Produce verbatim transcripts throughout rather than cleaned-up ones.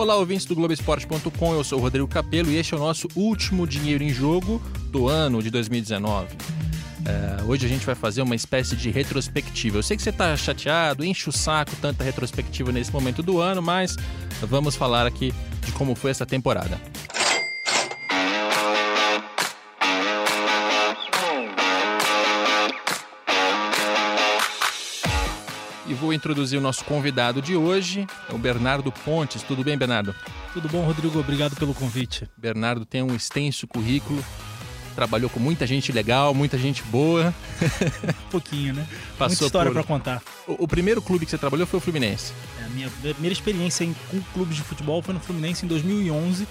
Olá, ouvintes do Globo Esporte ponto com, eu sou o Rodrigo Capello e este é o nosso último Dinheiro em Jogo do ano de dois mil e dezenove. É, hoje a gente vai fazer uma espécie de retrospectiva. Eu sei que você está chateado, enche o saco tanta retrospectiva nesse momento do ano, mas vamos falar aqui de como foi essa temporada. E vou introduzir o nosso convidado de hoje, é o Bernardo Pontes. Tudo bem, Bernardo? Tudo bom, Rodrigo? Obrigado pelo convite. Bernardo tem um extenso currículo, trabalhou com muita gente legal, muita gente boa. Um pouquinho, né? Passou Muita história por... para contar. O, o primeiro clube que você trabalhou foi o Fluminense. É, a minha primeira experiência em, com clubes de futebol foi no Fluminense em dois mil e onze,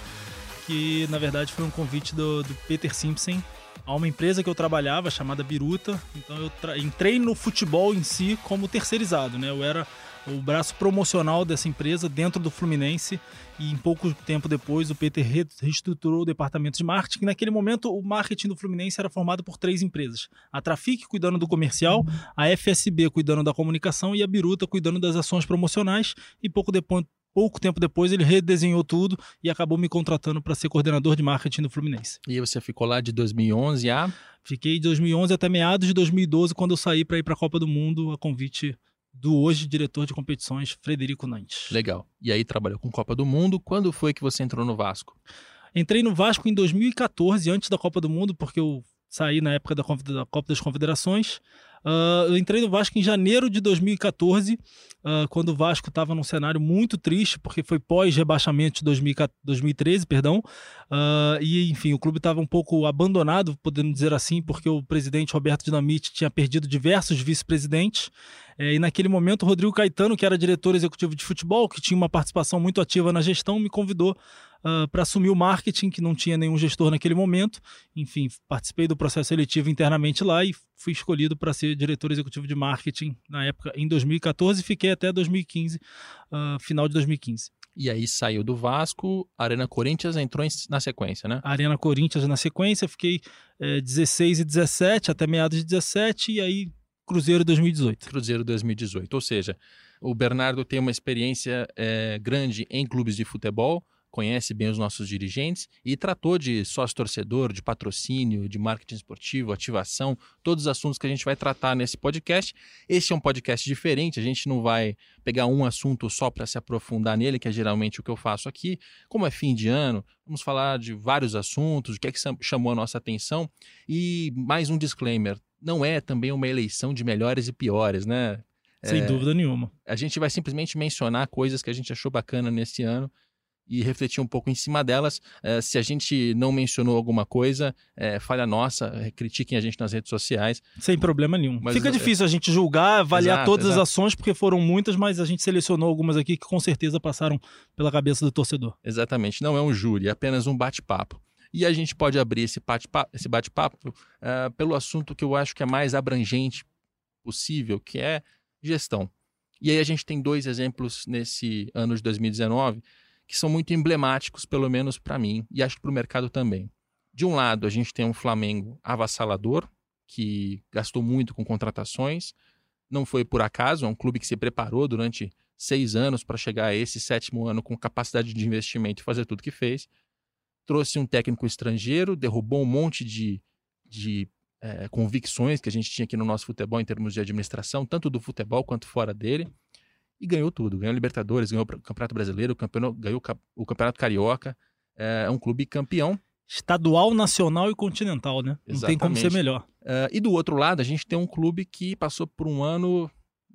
que na verdade foi um convite do, do Peter Simpson a uma empresa que eu trabalhava, chamada Biruta. Então eu tra- entrei no futebol em si como terceirizado, né? Eu era o braço promocional dessa empresa dentro do Fluminense e em pouco tempo depois o Peter re- reestruturou o departamento de marketing. Naquele momento o marketing do Fluminense era formado por três empresas: a Trafic cuidando do comercial, a F S B cuidando da comunicação e a Biruta cuidando das ações promocionais. E pouco depois Pouco tempo depois ele redesenhou tudo e acabou me contratando para ser coordenador de marketing do Fluminense. E você ficou lá de dois mil e onze a... Fiquei de dois mil e onze até meados de dois mil e doze, quando eu saí para ir para a Copa do Mundo, a convite do hoje diretor de competições, Frederico Nantes. Legal. E aí trabalhou com Copa do Mundo. Quando foi que você entrou no Vasco? Entrei no Vasco em dois mil e catorze, antes da Copa do Mundo, porque eu saí na época da Copa das Confederações. Uh, eu entrei no Vasco em janeiro de dois mil e catorze, uh, quando o Vasco estava num cenário muito triste, porque foi pós-rebaixamento de dois mil e treze, perdão, uh, e enfim, o clube estava um pouco abandonado, podemos dizer assim, porque o presidente Roberto Dinamite tinha perdido diversos vice-presidentes, é, e naquele momento o Rodrigo Caetano, que era diretor executivo de futebol, que tinha uma participação muito ativa na gestão, me convidou Uh, para assumir o marketing, que não tinha nenhum gestor naquele momento. Enfim, participei do processo seletivo internamente lá e fui escolhido para ser diretor executivo de marketing na época, em dois mil e catorze, e fiquei até dois mil e quinze, uh, final de dois mil e quinze. E aí saiu do Vasco, Arena Corinthians entrou em, na sequência, né? Arena Corinthians na sequência, fiquei eh, dezesseis e dezessete, até meados de dezessete, e aí Cruzeiro dois mil e dezoito. Cruzeiro dois mil e dezoito, ou seja, o Bernardo tem uma experiência eh, grande em clubes de futebol, conhece bem os nossos dirigentes e tratou de sócio-torcedor, de patrocínio, de marketing esportivo, ativação, todos os assuntos que a gente vai tratar nesse podcast. Esse é um podcast diferente, a gente não vai pegar um assunto só para se aprofundar nele, que é geralmente o que eu faço aqui. Como é fim de ano, vamos falar de vários assuntos, o que é que chamou a nossa atenção. E mais um disclaimer, não é também uma eleição de melhores e piores, né? Sem é, dúvida nenhuma. A gente vai simplesmente mencionar coisas que a gente achou bacana nesse ano e refletir um pouco em cima delas. É, se a gente não mencionou alguma coisa, é, falha nossa, é, critiquem a gente nas redes sociais. Sem problema nenhum. Mas, Fica difícil a gente julgar, avaliar exato, todas exato. as ações, porque foram muitas, mas a gente selecionou algumas aqui que com certeza passaram pela cabeça do torcedor. Exatamente, não é um júri, é apenas um bate-papo. E a gente pode abrir esse bate-papo, esse bate-papo uh, pelo assunto que eu acho que é mais abrangente possível, que é gestão. E aí a gente tem dois exemplos nesse ano de dois mil e dezenove que são muito emblemáticos, pelo menos para mim, e acho que para o mercado também. De um lado, a gente tem um Flamengo avassalador, que gastou muito com contratações, não foi por acaso, é um clube que se preparou durante seis anos para chegar a esse sétimo ano com capacidade de investimento e fazer tudo que fez. Trouxe um técnico estrangeiro, derrubou um monte de, de é, convicções que a gente tinha aqui no nosso futebol em termos de administração, tanto do futebol quanto fora dele. E ganhou tudo, ganhou Libertadores, ganhou o Campeonato Brasileiro, ganhou o Campeonato Carioca, é um clube campeão. Estadual, nacional e continental, né? Não Exatamente. Tem como ser melhor. Uh, e do outro lado, a gente tem um clube que passou por um ano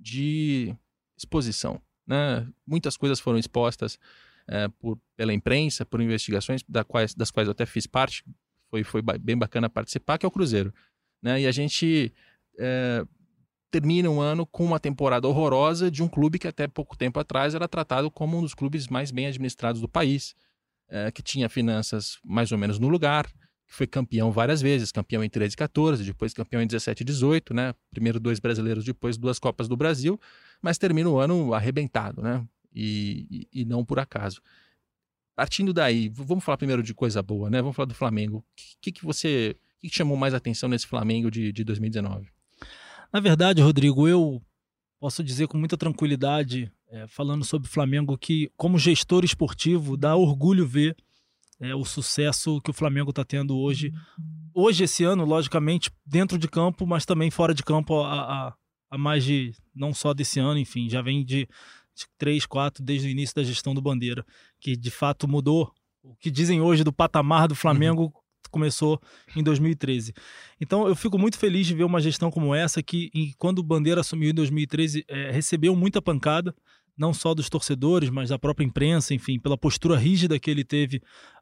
de exposição, né? Muitas coisas foram expostas uh, por, pela imprensa, por investigações da quais, das quais eu até fiz parte, foi, foi bem bacana participar, que é o Cruzeiro, né? E a gente... Uh, termina um ano com uma temporada horrorosa de um clube que até pouco tempo atrás era tratado como um dos clubes mais bem administrados do país, é, que tinha finanças mais ou menos no lugar, que foi campeão várias vezes, campeão em treze e catorze, depois campeão em dezessete e dezoito, né? Primeiro dois brasileiros, depois duas Copas do Brasil, mas termina o ano arrebentado, né? E, e, e não por acaso. Partindo daí, vamos falar primeiro de coisa boa, né? Vamos falar do Flamengo. O que, que você o que, que chamou mais atenção nesse Flamengo de, de dois mil e dezenove? Na verdade, Rodrigo, eu posso dizer com muita tranquilidade é, falando sobre o Flamengo, que como gestor esportivo dá orgulho ver é, o sucesso que o Flamengo está tendo hoje. Hoje, esse ano, logicamente, dentro de campo, mas também fora de campo há, há, há mais de, não só desse ano, enfim, já vem de, de três, quatro, desde o início da gestão do Bandeira, que de fato mudou. O que dizem hoje do patamar do Flamengo uhum. começou em dois mil e treze. Então eu fico muito feliz de ver uma gestão como essa que, em, quando o Bandeira assumiu em dois mil e treze, é, recebeu muita pancada, não só dos torcedores, mas da própria imprensa, enfim, pela postura rígida que ele teve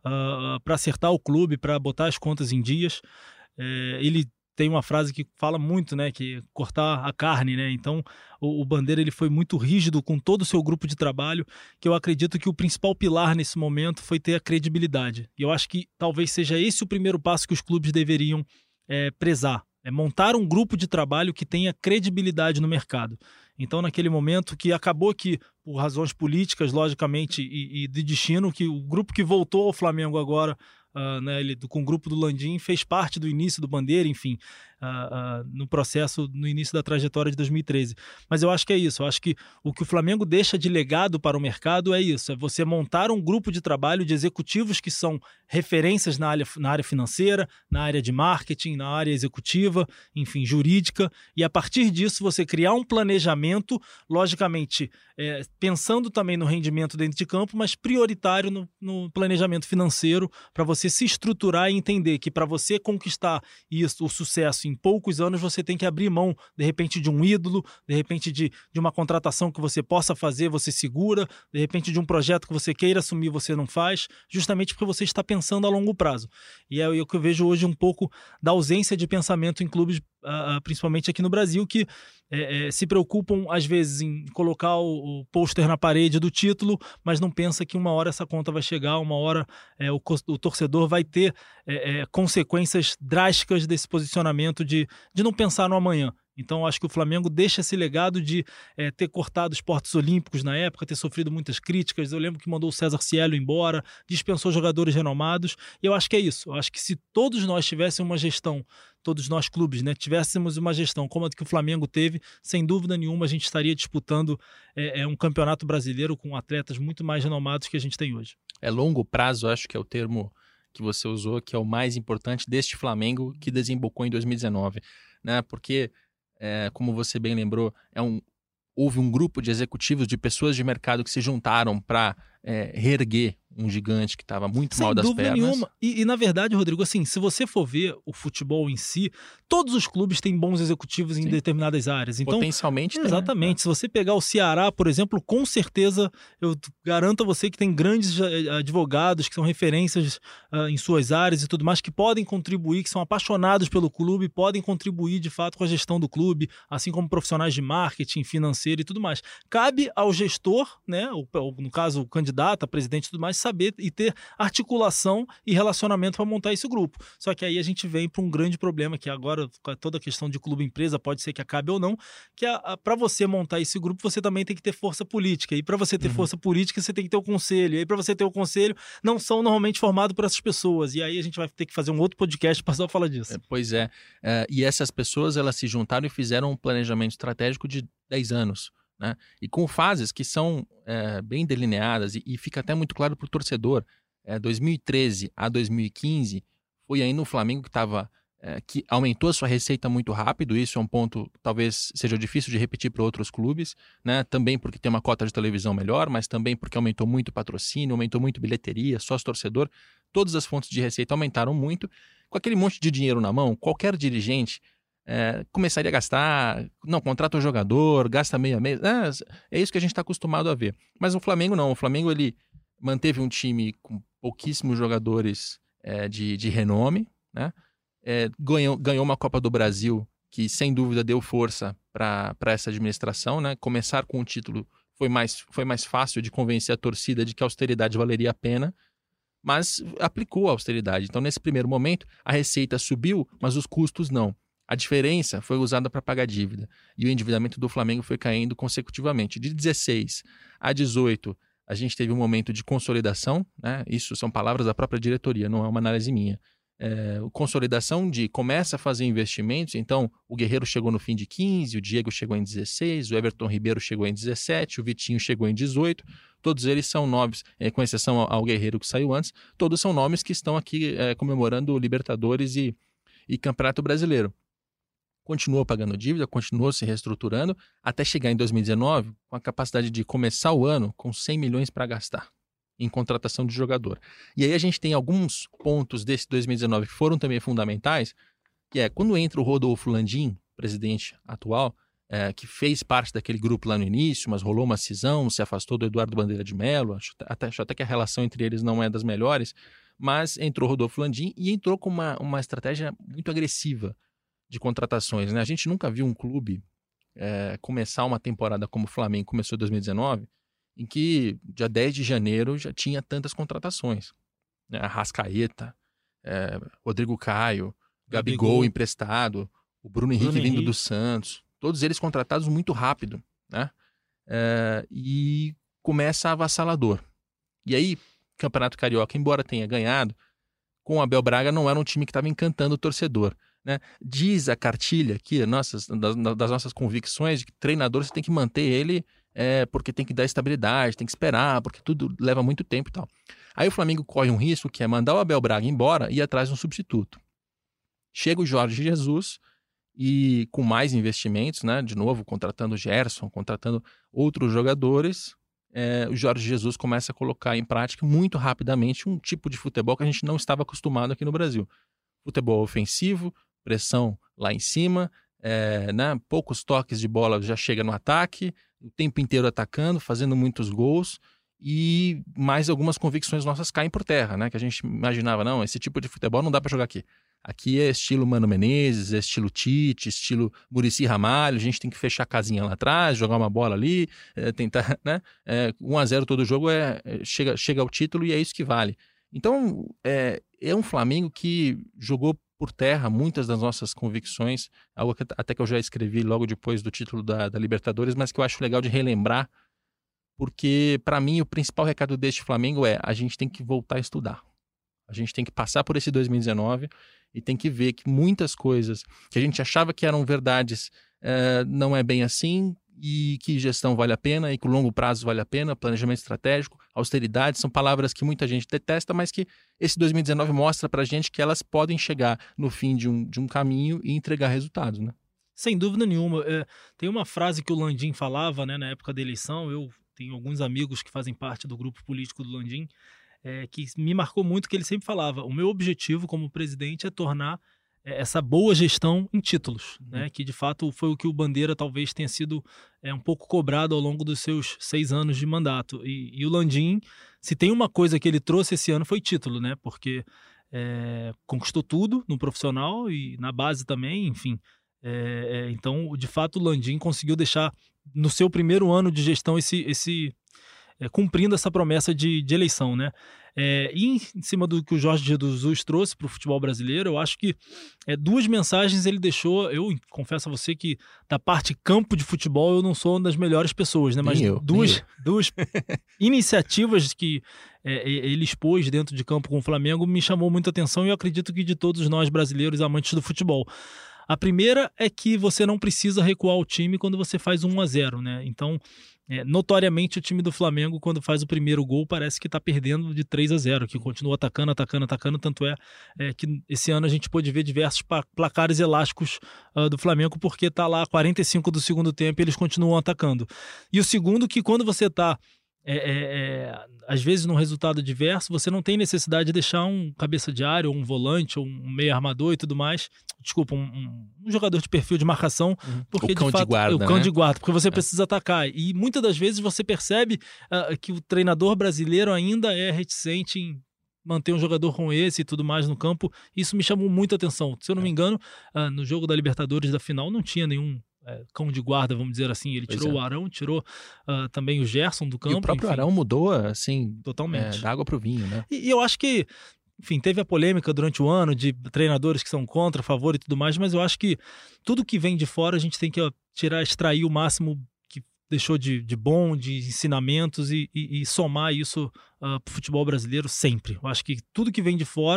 uh, para acertar o clube, para botar as contas em dias. É, ele tem uma frase que fala muito, né, que é cortar a carne, né? Então o, o Bandeira ele foi muito rígido com todo o seu grupo de trabalho, que eu acredito que o principal pilar nesse momento foi ter a credibilidade. E eu acho que talvez seja esse o primeiro passo que os clubes deveriam é, prezar. É montar um grupo de trabalho que tenha credibilidade no mercado. Então, naquele momento que acabou que, por razões políticas, logicamente, e, e de destino, que o grupo que voltou ao Flamengo agora, uh, né, ele, com o grupo do Landim, fez parte do início do Bandeira, enfim, uh, uh, no processo, no início da trajetória de dois mil e treze. Mas eu acho que é isso, eu acho que o que o Flamengo deixa de legado para o mercado é isso, é você montar um grupo de trabalho de executivos que são referências na área, na área financeira, na área de marketing, na área executiva, enfim, jurídica, e a partir disso você criar um planejamento, logicamente, é, pensando também no rendimento dentro de campo, mas prioritário no, no planejamento financeiro, para você se estruturar e entender que para você conquistar isso, o sucesso em poucos anos, você tem que abrir mão, de repente, de um ídolo, de repente de, de uma contratação que você possa fazer, você segura, de repente de um projeto que você queira assumir, você não faz, justamente porque você está pensando a longo prazo. E é o que eu vejo hoje um pouco da ausência de pensamento em clubes, uh, principalmente aqui no Brasil, que É, é, se preocupam às vezes em colocar o, o pôster na parede do título, mas não pensa que uma hora essa conta vai chegar, uma hora é, o, o torcedor vai ter é, é, consequências drásticas desse posicionamento de, de não pensar no amanhã. Então, acho que o Flamengo deixa esse legado de é, ter cortado os esportes olímpicos na época, ter sofrido muitas críticas. Eu lembro que mandou o César Cielo embora, dispensou jogadores renomados. E eu acho que é isso. Eu acho que se todos nós tivéssemos uma gestão, todos nós clubes, né, tivéssemos uma gestão como a que o Flamengo teve, sem dúvida nenhuma a gente estaria disputando é, é, um campeonato brasileiro com atletas muito mais renomados que a gente tem hoje. É longo prazo, acho que é o termo que você usou, que é o mais importante deste Flamengo que desembocou em dois mil e dezenove, né? Porque É, como você bem lembrou, é um, houve um grupo de executivos, de pessoas de mercado que se juntaram para é, reerguer um gigante que estava muito Sem mal das dúvida pernas. Nenhuma. E, e, na verdade, Rodrigo, assim, se você for ver o futebol em si, todos os clubes têm bons executivos Sim. em determinadas áreas. Então, potencialmente exatamente. Tem, se você pegar o Ceará, por exemplo, com certeza, eu garanto a você que tem grandes advogados que são referências uh, em suas áreas e tudo mais, que podem contribuir, que são apaixonados pelo clube, podem contribuir, de fato, com a gestão do clube, assim como profissionais de marketing, financeiro e tudo mais. Cabe ao gestor, né, ou, no caso, o candidato, a presidente e tudo mais, saber e ter articulação e relacionamento para montar esse grupo. Só que aí a gente vem para um grande problema, que agora, com toda a questão de clube-empresa, pode ser que acabe ou não, que para você montar esse grupo, você também tem que ter força política. E para você ter uhum. força política, você tem que ter o conselho. E aí, para você ter o conselho, não são normalmente formados por essas pessoas. E aí a gente vai ter que fazer um outro podcast para só falar disso. É, pois é. é. E essas pessoas, elas se juntaram e fizeram um planejamento estratégico de dez anos. Né? E com fases que são é, bem delineadas e, e fica até muito claro para o torcedor. É, dois mil e treze a dois mil e quinze foi aí no Flamengo que estava é, que aumentou a sua receita muito rápido. Isso é um ponto talvez seja difícil de repetir para outros clubes, né? Também porque tem uma cota de televisão melhor, mas também porque aumentou muito o patrocínio, aumentou muito bilheteria, sócio-torcedor. Todas as fontes de receita aumentaram muito. Com aquele monte de dinheiro na mão, qualquer dirigente É, começaria a gastar, não, contrata o jogador, gasta meia meia, é, é isso que a gente está acostumado a ver. Mas o Flamengo não, o Flamengo ele manteve um time com pouquíssimos jogadores é, de, de renome, né? é, ganhou, ganhou uma Copa do Brasil que sem dúvida deu força para essa administração, né? Começar com o título foi mais, foi mais fácil de convencer a torcida de que a austeridade valeria a pena, mas aplicou a austeridade. Então nesse primeiro momento a receita subiu, mas os custos não. A diferença foi usada para pagar dívida e o endividamento do Flamengo foi caindo consecutivamente. De dezesseis a dezoito, a gente teve um momento de consolidação, né? Isso são palavras da própria diretoria, não é uma análise minha. é, consolidação de começa a fazer investimentos, então o Guerreiro chegou no fim de quinze, o Diego chegou em dezesseis, o Everton Ribeiro chegou em dezessete, o Vitinho chegou em dezoito, todos eles são nomes, é, com exceção ao, ao Guerreiro que saiu antes, todos são nomes que estão aqui é, comemorando Libertadores e, e Campeonato Brasileiro. Continuou pagando dívida, continuou se reestruturando, até chegar em dois mil e dezenove com a capacidade de começar o ano com cem milhões para gastar em contratação de jogador. E aí a gente tem alguns pontos desse dois mil e dezenove que foram também fundamentais, que é quando entra o Rodolfo Landim, presidente atual, é, que fez parte daquele grupo lá no início, mas rolou uma cisão, se afastou do Eduardo Bandeira de Mello, acho até, acho até que a relação entre eles não é das melhores, mas entrou o Rodolfo Landim e entrou com uma, uma estratégia muito agressiva de contratações, né? A gente nunca viu um clube é, começar uma temporada como o Flamengo começou em dois mil e dezenove, em que dia dez de janeiro já tinha tantas contratações. Né? Arrascaeta, é, Rodrigo Caio, Gabigol, Gabigol emprestado, o Bruno Henrique Bruno vindo Henrique. do Santos, todos eles contratados muito rápido. Né? É, e começa avassalador. E aí, Campeonato Carioca, embora tenha ganhado, com o Abel Braga não era um time que estava encantando o torcedor. Né? Diz a cartilha aqui, nossas, das, das nossas convicções, de que treinador você tem que manter ele é, porque tem que dar estabilidade, tem que esperar, porque tudo leva muito tempo e tal. Aí o Flamengo corre um risco que é mandar o Abel Braga embora e ir atrás de um substituto. Chega o Jorge Jesus e com mais investimentos, né? De novo, contratando o Gerson, contratando outros jogadores, é, o Jorge Jesus começa a colocar em prática muito rapidamente um tipo de futebol que a gente não estava acostumado aqui no Brasil. Futebol ofensivo, pressão lá em cima, é, né? Poucos toques de bola já chega no ataque, o tempo inteiro atacando, fazendo muitos gols e mais algumas convicções nossas caem por terra, né? Que a gente imaginava, não, esse tipo de futebol não dá para jogar aqui. Aqui é estilo Mano Menezes, é estilo Tite, estilo Muricy Ramalho, a gente tem que fechar a casinha lá atrás, jogar uma bola ali, é, tentar, né? É, um a zero todo jogo é, é, chega, chega ao título e é isso que vale. Então, é, é um Flamengo que jogou por terra muitas das nossas convicções, algo que até que eu já escrevi logo depois do título da, da Libertadores, mas que eu acho legal de relembrar, porque, para mim, o principal recado deste Flamengo é a gente tem que voltar a estudar. A gente tem que passar por esse dois mil e dezenove e tem que ver que muitas coisas que a gente achava que eram verdades é, não é bem assim, e que gestão vale a pena, e que o longo prazo vale a pena, planejamento estratégico, austeridade, são palavras que muita gente detesta, mas que esse dois mil e dezenove mostra pra gente que elas podem chegar no fim de um, de um caminho e entregar resultados, né? Sem dúvida nenhuma. É, tem uma frase que o Landim falava, né, na época da eleição, eu tenho alguns amigos que fazem parte do grupo político do Landim, é, que me marcou muito, que ele sempre falava, o meu objetivo como presidente é tornar essa boa gestão em títulos, uhum. né? Que de fato foi o que o Bandeira talvez tenha sido é, um pouco cobrado ao longo dos seus seis anos de mandato. E, e o Landim, se tem uma coisa que ele trouxe esse ano foi título, né? Porque é, conquistou tudo no profissional e na base também, enfim. É, é, então, de fato, o Landim conseguiu deixar no seu primeiro ano de gestão esse... esse É, cumprindo essa promessa de, de eleição, né? É, e em cima do que o Jorge Jesus trouxe para o futebol brasileiro, eu acho que é, duas mensagens ele deixou. Eu confesso a você que da parte campo de futebol eu não sou uma das melhores pessoas, né? Mas eu, duas, duas iniciativas que é, ele expôs dentro de campo com o Flamengo me chamou muita atenção e eu acredito que de todos nós brasileiros amantes do futebol. A primeira é que você não precisa recuar o time quando você faz um a zero, né? Então, é, notoriamente o time do Flamengo, quando faz o primeiro gol, parece que está perdendo de três a zero, que continua atacando, atacando, atacando, tanto é, é que esse ano a gente pôde ver diversos placares elásticos uh, do Flamengo, porque está lá quarenta e cinco do segundo tempo e eles continuam atacando. E o segundo, que quando você está É, é, é, às vezes num resultado diverso, você não tem necessidade de deixar um cabeça de área, ou um volante, ou um meio armador e tudo mais, desculpa, um, um, um jogador de perfil de marcação, uhum. porque o cão de fato de guarda, é o cão né? de guarda, porque você é. precisa atacar, e muitas das vezes você percebe uh, que o treinador brasileiro ainda é reticente em manter um jogador com esse e tudo mais no campo. Isso me chamou muita atenção. Se eu não me engano, uh, no jogo da Libertadores da final não tinha nenhum É, cão de guarda, vamos dizer assim. Ele pois tirou é. o Arão, tirou uh, também o Gerson do campo. E o próprio enfim. Arão mudou, assim, totalmente. É, da água pro vinho, né? E, e eu acho que, enfim, teve a polêmica durante o ano de treinadores que são contra, a favor e tudo mais, mas eu acho que tudo que vem de fora a gente tem que ó, tirar, extrair o máximo que deixou de, de bom, de ensinamentos e, e, e somar isso uh, pro futebol brasileiro sempre. Eu acho que tudo que vem de fora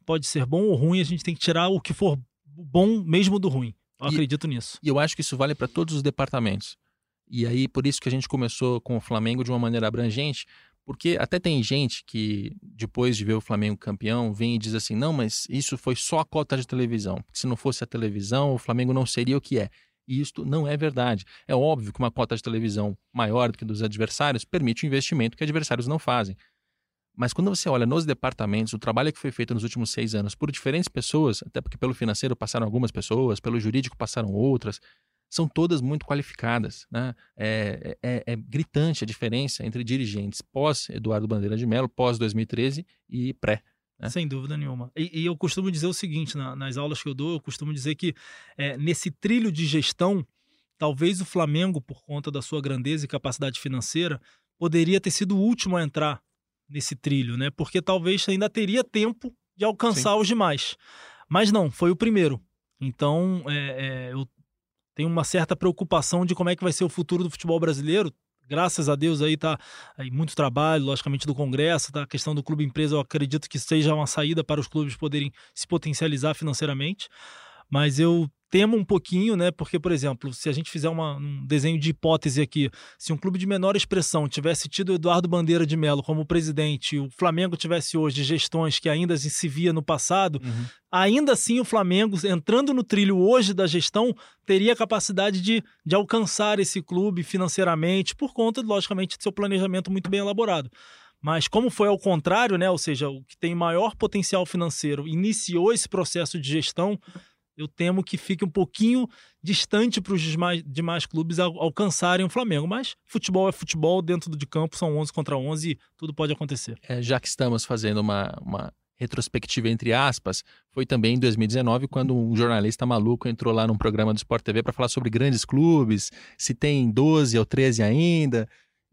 pode ser bom ou ruim, a gente tem que tirar o que for bom mesmo do ruim. Eu E- acredito nisso. E eu acho que isso vale para todos os departamentos. E aí, por isso que a gente começou com o Flamengo de uma maneira abrangente, porque até tem gente que, depois de ver o Flamengo campeão, vem e diz assim, não, mas isso foi só a cota de televisão. Porque se não fosse a televisão, o Flamengo não seria o que é. E isso não é verdade. É óbvio que uma cota de televisão maior do que dos adversários permite um investimento que adversários não fazem. Mas quando você olha nos departamentos, o trabalho que foi feito nos últimos seis anos por diferentes pessoas, até porque pelo financeiro passaram algumas pessoas, pelo jurídico passaram outras, são todas muito qualificadas, né? É, é, é gritante a diferença entre dirigentes pós-Eduardo Bandeira de Mello, pós-dois mil e treze e pré. né? Sem dúvida nenhuma. E, e eu costumo dizer o seguinte, na- nas aulas que eu dou, eu costumo dizer que é, nesse trilho de gestão, talvez o Flamengo, por conta da sua grandeza e capacidade financeira, poderia ter sido o último a entrar nesse trilho, né? Porque talvez ainda teria tempo de alcançar os demais. Mas não, foi o primeiro. Então, é, é, eu tenho uma certa preocupação de como é que vai ser o futuro do futebol brasileiro. Graças a Deus aí tá aí muito trabalho, logicamente, do Congresso, tá? A questão do clube empresa, eu acredito que seja uma saída para os clubes poderem se potencializar financeiramente. Mas eu temo um pouquinho, né? Porque, por exemplo, se a gente fizer uma, um desenho de hipótese aqui, se um clube de menor expressão tivesse tido o Eduardo Bandeira de Mello como presidente e o Flamengo tivesse hoje gestões que ainda se via no passado, Uhum. ainda assim o Flamengo, entrando no trilho hoje da gestão, teria capacidade de, de alcançar esse clube financeiramente, por conta, logicamente, de seu planejamento muito bem elaborado. Mas como foi ao contrário, né? Ou seja, o que tem maior potencial financeiro iniciou esse processo de gestão, eu temo que fique um pouquinho distante para os demais, demais clubes al- alcançarem o Flamengo. Mas futebol é futebol, dentro de campo são onze contra onze e tudo pode acontecer. É, já que estamos fazendo uma, uma retrospectiva entre aspas, foi também em dois mil e dezenove quando um jornalista maluco entrou lá num programa do Sport T V para falar sobre grandes clubes, se tem doze ou treze ainda.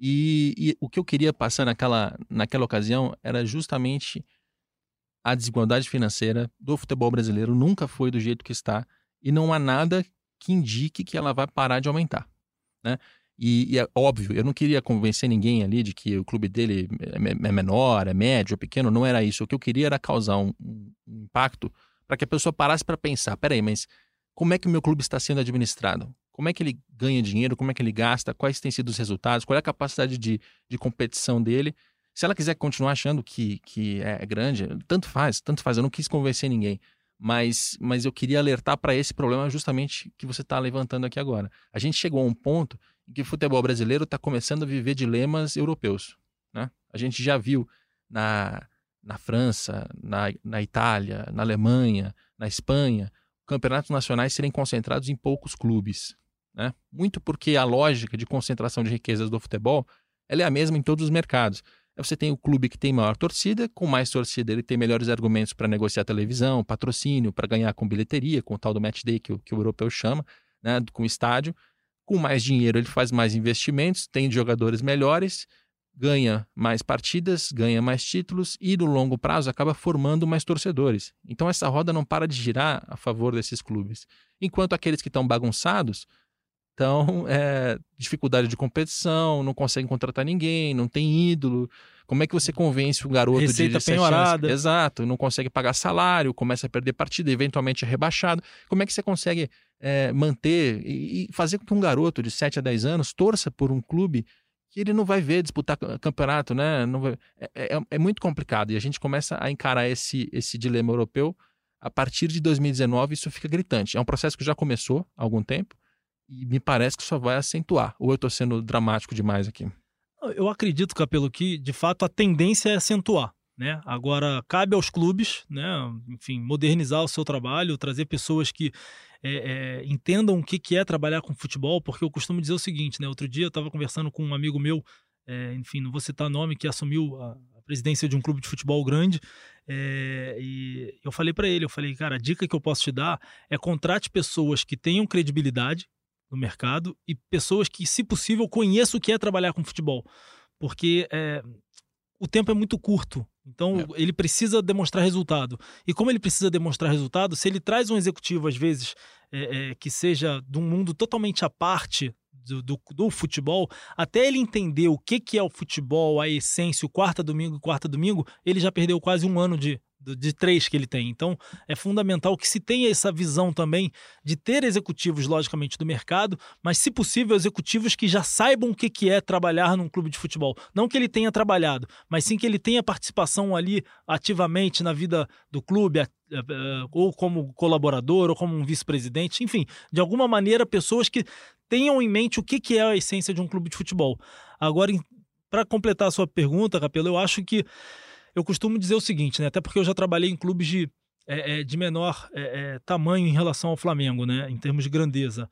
E, e o que eu queria passar naquela, naquela ocasião era justamente a desigualdade financeira do futebol brasileiro nunca foi do jeito que está e não há nada que indique que ela vai parar de aumentar, né? E, e é óbvio, eu não queria convencer ninguém ali de que o clube dele é, é menor, é médio, é pequeno, não era isso. O que eu queria era causar um, um impacto para que a pessoa parasse para pensar, peraí, mas como é que o meu clube está sendo administrado? Como é que ele ganha dinheiro? Como é que ele gasta? Quais têm sido os resultados? Qual é a capacidade de, de competição dele? Se ela quiser continuar achando que, que é grande, tanto faz, tanto faz. Eu não quis convencer ninguém. Mas, mas eu queria alertar para esse problema justamente que você está levantando aqui agora. A gente chegou a um ponto em que o futebol brasileiro está começando a viver dilemas europeus, né? A gente já viu na, na França, na, na Itália, na Alemanha, na Espanha, campeonatos nacionais serem concentrados em poucos clubes, né? Muito porque a lógica de concentração de riquezas do futebol ela é a mesma em todos os mercados. Você tem o clube que tem maior torcida, com mais torcida ele tem melhores argumentos para negociar televisão, patrocínio, para ganhar com bilheteria, com o tal do match day que o, que o europeu chama, né, com o estádio. Com mais dinheiro ele faz mais investimentos, tem jogadores melhores, ganha mais partidas, ganha mais títulos e no longo prazo acaba formando mais torcedores. Então essa roda não para de girar a favor desses clubes. Enquanto aqueles que estão bagunçados Então, é, dificuldade de competição, não conseguem contratar ninguém, não tem ídolo. Como é que você convence um garoto Receita de penhorada. chance? Exato, não consegue pagar salário, começa a perder partida, eventualmente é rebaixado. Como é que você consegue é, manter e, e fazer com que um garoto de sete a dez anos torça por um clube que ele não vai ver disputar campeonato, né? Não vai, é, é, é muito complicado. E a gente começa a encarar esse, esse dilema europeu a partir de dois mil e dezenove, isso fica gritante. É um processo que já começou há algum tempo, e me parece que só vai acentuar. Ou eu estou sendo dramático demais aqui? Eu acredito, Capelo, que de fato a tendência é acentuar, né? Agora, cabe aos clubes, né, enfim, modernizar o seu trabalho, trazer pessoas que é, é, entendam o que, que é trabalhar com futebol, porque eu costumo dizer o seguinte, né? Outro dia eu estava conversando com um amigo meu, é, enfim, não vou citar nome, que assumiu a, a presidência de um clube de futebol grande, é, e eu falei para ele, eu falei, cara, a dica que eu posso te dar é contrate pessoas que tenham credibilidade no mercado e pessoas que, se possível, conheçam o que é trabalhar com futebol. Porque é, o tempo é muito curto. Então, é. ele precisa demonstrar resultado. E como ele precisa demonstrar resultado, se ele traz um executivo, às vezes, é, é, que seja de um mundo totalmente à parte do, do, do futebol, até ele entender o que, que é o futebol, a essência, o quarta domingo e quarta domingo, ele já perdeu quase um ano de, de três que ele tem. Então, é fundamental que se tenha essa visão também de ter executivos, logicamente, do mercado, mas, se possível, executivos que já saibam o que que é trabalhar num clube de futebol. Não que ele tenha trabalhado, mas sim que ele tenha participação ali ativamente na vida do clube, ou como colaborador, ou como um vice-presidente, enfim, de alguma maneira, pessoas que tenham em mente o que que é a essência de um clube de futebol. Agora, para completar a sua pergunta, Capelo, eu acho que eu costumo dizer o seguinte, né? Até porque eu já trabalhei em clubes de, é, de menor é, é, tamanho em relação ao Flamengo, né? Em termos de grandeza.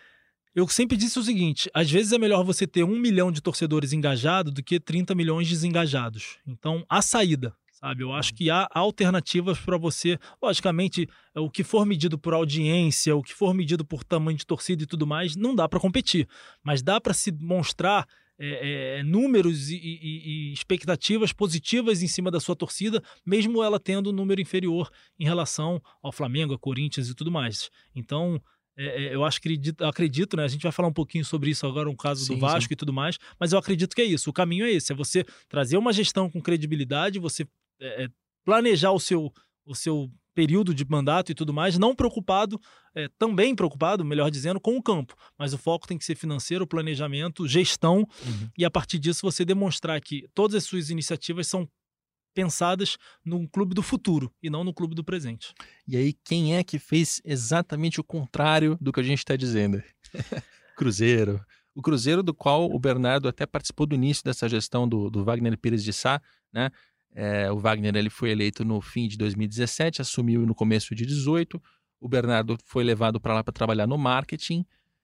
Eu sempre disse o seguinte, às vezes é melhor você ter um milhão de torcedores engajados do que trinta milhões desengajados. Então, há saída, sabe? Eu acho que há alternativas para você. Logicamente, o que for medido por audiência, o que for medido por tamanho de torcida e tudo mais, não dá para competir. Mas dá para se mostrar É, é, números e, e, e expectativas positivas em cima da sua torcida, mesmo ela tendo um número inferior em relação ao Flamengo, a Corinthians e tudo mais. Então, é, é, eu acho, acredito, acredito, né? A gente vai falar um pouquinho sobre isso agora, um caso Sim, do Vasco sim. e tudo mais, mas eu acredito que é isso. O caminho é esse, é você trazer uma gestão com credibilidade, você é, planejar o seu, o seu período de mandato e tudo mais, não preocupado, é, também preocupado, melhor dizendo, com o campo, mas o foco tem que ser financeiro, planejamento, gestão, Uhum. e a partir disso você demonstrar que todas as suas iniciativas são pensadas num clube do futuro e não no clube do presente. E aí, quem é que fez exatamente o contrário do que a gente está dizendo? Cruzeiro. O Cruzeiro, do qual o Bernardo até participou do início dessa gestão do, do Wagner Pires de Sá, né? É, o Wagner ele foi eleito no fim de dois mil e dezessete, assumiu no começo de dezoito. O Bernardo foi levado para lá para trabalhar no marketing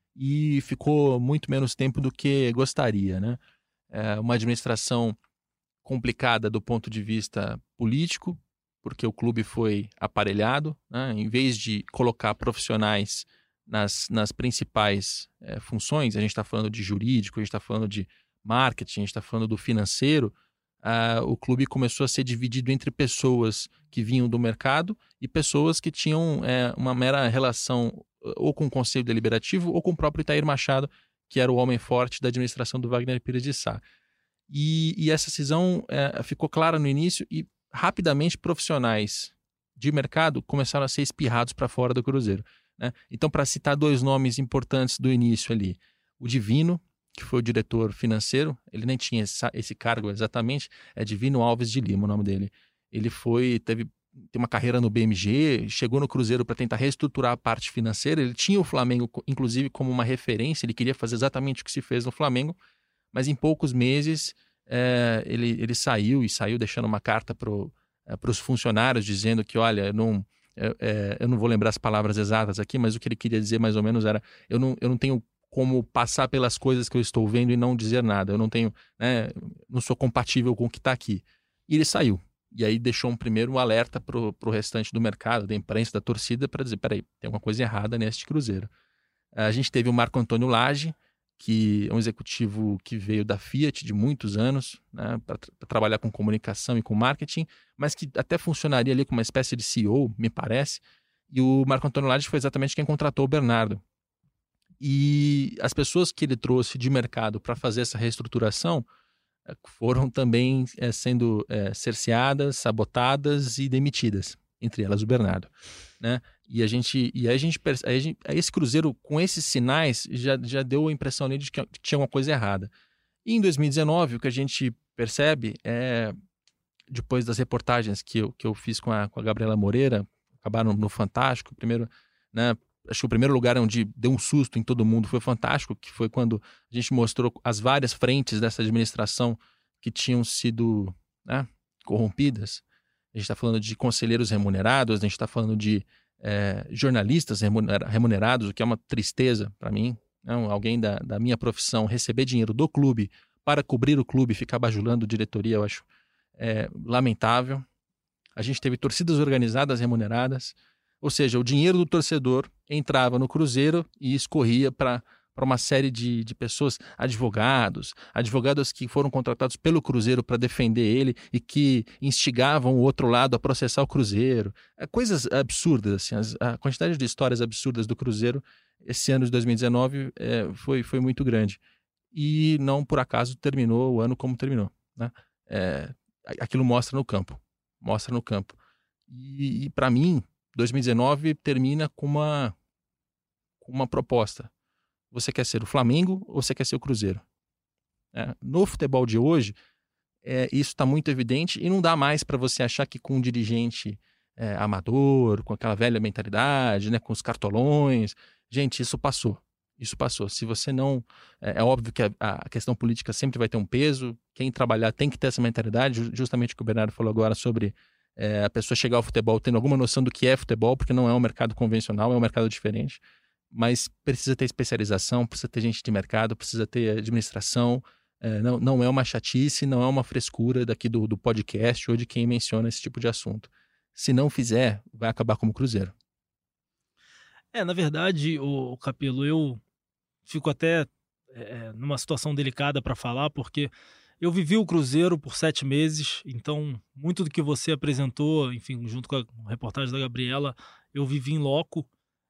e ficou muito menos tempo do que gostaria, né? É uma administração complicada do ponto de vista político, porque o clube foi aparelhado, né? Em vez de colocar profissionais nas, nas principais é, funções, a gente está falando de jurídico, a gente está falando de marketing, a gente está falando do financeiro. Uh, o clube começou a ser dividido entre pessoas que vinham do mercado e pessoas que tinham é, uma mera relação ou com o Conselho Deliberativo ou com o próprio Itair Machado, que era o homem forte da administração do Wagner Pires de Sá. E, e essa cisão é, ficou clara no início e rapidamente profissionais de mercado começaram a ser espirrados para fora do Cruzeiro, né? Então, para citar dois nomes importantes do início ali, o Divino, que foi o diretor financeiro, ele nem tinha essa, esse cargo exatamente, é Divino Alves de Lima o nome dele. Ele foi, teve tem uma carreira no B M G, chegou no Cruzeiro para tentar reestruturar a parte financeira, ele tinha o Flamengo, inclusive, como uma referência, ele queria fazer exatamente o que se fez no Flamengo, mas em poucos meses é, ele, ele saiu, e saiu deixando uma carta para é, os funcionários, dizendo que, olha, eu não, é, é, eu não vou lembrar as palavras exatas aqui, mas o que ele queria dizer mais ou menos era, eu não, eu não tenho como passar pelas coisas que eu estou vendo e não dizer nada. Eu não tenho, né, não sou compatível com o que está aqui. E ele saiu. E aí deixou um primeiro alerta para o restante do mercado, da imprensa, da torcida, para dizer, peraí, tem alguma coisa errada neste Cruzeiro. A gente teve o Marco Antônio Lage, que é um executivo que veio da Fiat de muitos anos, né, para tra trabalhar com comunicação e com marketing, mas que até funcionaria ali como uma espécie de C E O, me parece. E o Marco Antônio Lage foi exatamente quem contratou o Bernardo. E as pessoas que ele trouxe de mercado para fazer essa reestruturação foram também é, sendo é, cerceadas, sabotadas e demitidas, entre elas o Bernardo, né? E a gente, e aí a gente, aí a gente, esse Cruzeiro com esses sinais já, já deu a impressão nele de que tinha uma coisa errada. E em dois mil e dezenove o que a gente percebe é, depois das reportagens que eu, que eu fiz com a, com a Gabriela Moreira, acabaram no Fantástico, primeiro, né? Acho que o primeiro lugar onde deu um susto em todo mundo foi Fantástico, que foi quando a gente mostrou as várias frentes dessa administração que tinham sido, né, corrompidas. A gente está falando de conselheiros remunerados, a gente está falando de é, jornalistas remunerados, o que é uma tristeza para mim, né? Alguém da, da minha profissão receber dinheiro do clube para cobrir o clube e ficar bajulando diretoria, eu acho é, lamentável. A gente teve torcidas organizadas remuneradas. Ou seja, o dinheiro do torcedor entrava no Cruzeiro e escorria para uma série de, de pessoas, advogados, advogados que foram contratados pelo Cruzeiro para defender ele e que instigavam o outro lado a processar o Cruzeiro. É, coisas absurdas, assim, as, a quantidade de histórias absurdas do Cruzeiro esse ano de dois mil e dezenove é, foi, foi muito grande. E não por acaso terminou o ano como terminou, né? É, aquilo mostra no campo, mostra no campo. E, e para mim, dois mil e dezenove termina com uma, com uma proposta. Você quer ser o Flamengo ou você quer ser o Cruzeiro? É, no futebol de hoje, é, isso está muito evidente e não dá mais para você achar que com um dirigente é, amador, com aquela velha mentalidade, né, com os cartolões. Gente, isso passou. Isso passou. Se você não... É, é óbvio que a, a questão política sempre vai ter um peso. Quem trabalhar tem que ter essa mentalidade. Justamente o que o Bernardo falou agora sobre é, a pessoa chegar ao futebol tendo alguma noção do que é futebol, porque não é um mercado convencional, é um mercado diferente. Mas precisa ter especialização, precisa ter gente de mercado, precisa ter administração. É, não, não é uma chatice, não é uma frescura daqui do, do podcast ou de quem menciona esse tipo de assunto. Se não fizer, vai acabar como Cruzeiro. É, na verdade, o Capelo, eu fico até é, numa situação delicada para falar, porque eu vivi o Cruzeiro por sete meses, então muito do que você apresentou, enfim, junto com a reportagem da Gabriela, eu vivi em loco,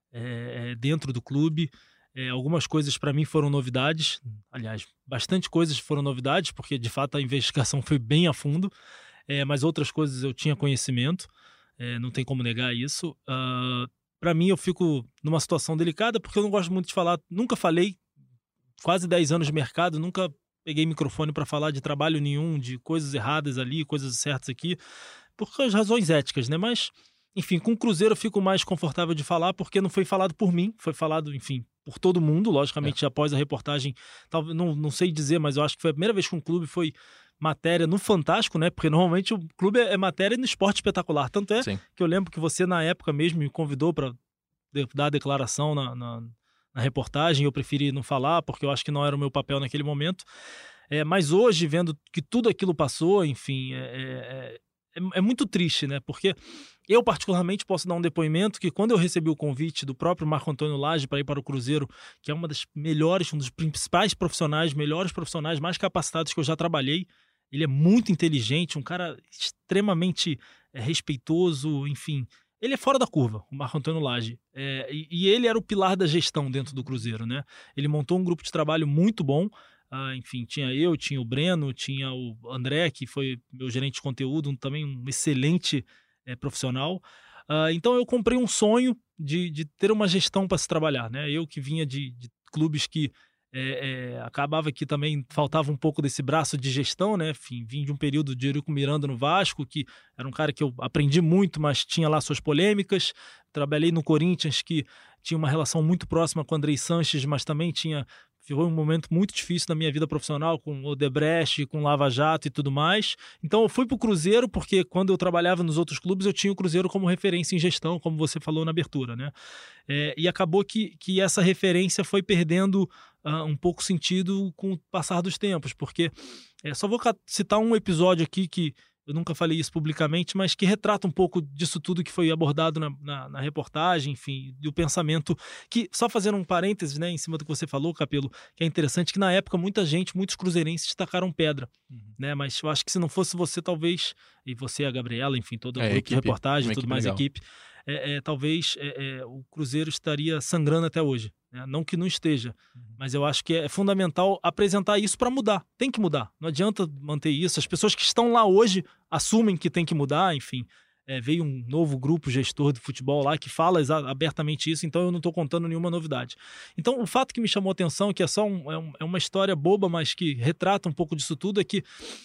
é, dentro do clube. É, algumas coisas para mim foram novidades, aliás, bastante coisas foram novidades, porque de fato a investigação foi bem a fundo, é, mas outras coisas eu tinha conhecimento, é, não tem como negar isso. Uh, para mim eu fico numa situação delicada, porque eu não gosto muito de falar, nunca falei, quase dez anos de mercado, nunca peguei microfone para falar de trabalho nenhum, de coisas erradas ali, coisas certas aqui, por razões éticas, né? Mas, enfim, com o Cruzeiro eu fico mais confortável de falar, porque não foi falado por mim, foi falado, enfim, por todo mundo, logicamente, é. Após a reportagem, talvez, não, não sei dizer, mas eu acho que foi a primeira vez que um clube foi matéria no Fantástico, né? Porque normalmente o clube é matéria no Esporte Espetacular. Tanto é Sim. que eu lembro que você, na época mesmo, me convidou para dar a declaração na, na, na reportagem. Eu preferi não falar, porque eu acho que não era o meu papel naquele momento. É, mas hoje, vendo que tudo aquilo passou, enfim, é, é, é muito triste, né? Porque eu, particularmente, posso dar um depoimento que quando eu recebi o convite do próprio Marco Antônio Lage para ir para o Cruzeiro, que é uma das melhores, um dos principais profissionais, melhores profissionais, mais capacitados que eu já trabalhei, ele é muito inteligente, um cara extremamente é, respeitoso, enfim. Ele é fora da curva, o Marco Antônio Lage. É, e, e ele era o pilar da gestão dentro do Cruzeiro, né? Ele montou um grupo de trabalho muito bom. Uh, enfim, tinha eu, tinha o Breno, tinha o André, que foi meu gerente de conteúdo, um, também um excelente é, profissional. Uh, então eu comprei um sonho de, de ter uma gestão para se trabalhar, né? Eu que vinha de, de clubes que É, é, acabava que também faltava um pouco desse braço de gestão, né? Enfim, vim de um período de Eurico Miranda no Vasco, que era um cara que eu aprendi muito, mas tinha lá suas polêmicas. Trabalhei no Corinthians, que tinha uma relação muito próxima com o Andrei Sanches, mas também tinha... Foi um momento muito difícil na minha vida profissional, com o Odebrecht, com Lava Jato e tudo mais. Então eu fui para o Cruzeiro, porque quando eu trabalhava nos outros clubes, eu tinha o Cruzeiro como referência em gestão, como você falou na abertura, né? É, e acabou que, que essa referência foi perdendo uh, um pouco sentido com o passar dos tempos, porque é, só vou citar um episódio aqui que eu nunca falei isso publicamente, mas que retrata um pouco disso tudo que foi abordado na, na, na reportagem, enfim, do pensamento que, só fazendo um parênteses, né, em cima do que você falou, Capelo, que é interessante que na época muita gente, muitos cruzeirenses tacaram pedra, uhum. né, mas eu acho que se não fosse você, talvez, e você, a Gabriela, enfim, todo o é, grupo equipe, de reportagem, tudo mais, legal. equipe, é, é, talvez é, é, o Cruzeiro estaria sangrando até hoje. Não que não esteja, uhum. mas eu acho que é fundamental apresentar isso para mudar. Tem que mudar. Não adianta manter isso. As pessoas que estão lá hoje assumem que tem que mudar. Enfim, é, veio um novo grupo gestor de futebol lá que fala abertamente isso, então eu não estou contando nenhuma novidade. Então, o fato que me chamou a atenção, que é só um, é, um, é uma história boba, mas que retrata um pouco disso tudo, é que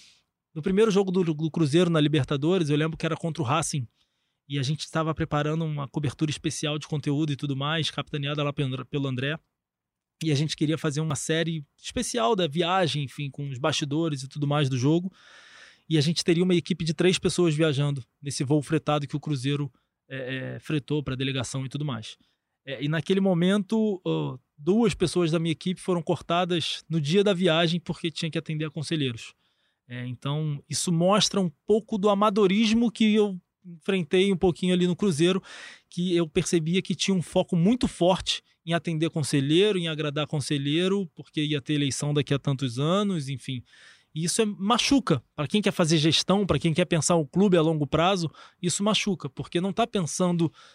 no primeiro jogo do, do Cruzeiro na Libertadores, eu lembro que era contra o Racing, e a gente estava preparando uma cobertura especial de conteúdo e tudo mais, capitaneada lá pelo André. E a gente queria fazer uma série especial da viagem, enfim, com os bastidores e tudo mais do jogo. E a gente teria uma equipe de três pessoas viajando nesse voo fretado que o Cruzeiro é, é, fretou para a delegação e tudo mais. É, e naquele momento, uh, duas pessoas da minha equipe foram cortadas no dia da viagem porque tinha que atender a conselheiros. É, então, isso mostra um pouco do amadorismo que eu enfrentei um pouquinho ali no Cruzeiro, que eu percebia que tinha um foco muito forte em atender conselheiro, em agradar conselheiro, porque ia ter eleição daqui a tantos anos, enfim. E isso é, machuca. Para quem quer fazer gestão, para quem quer pensar o clube a longo prazo, isso machuca, porque não está pensando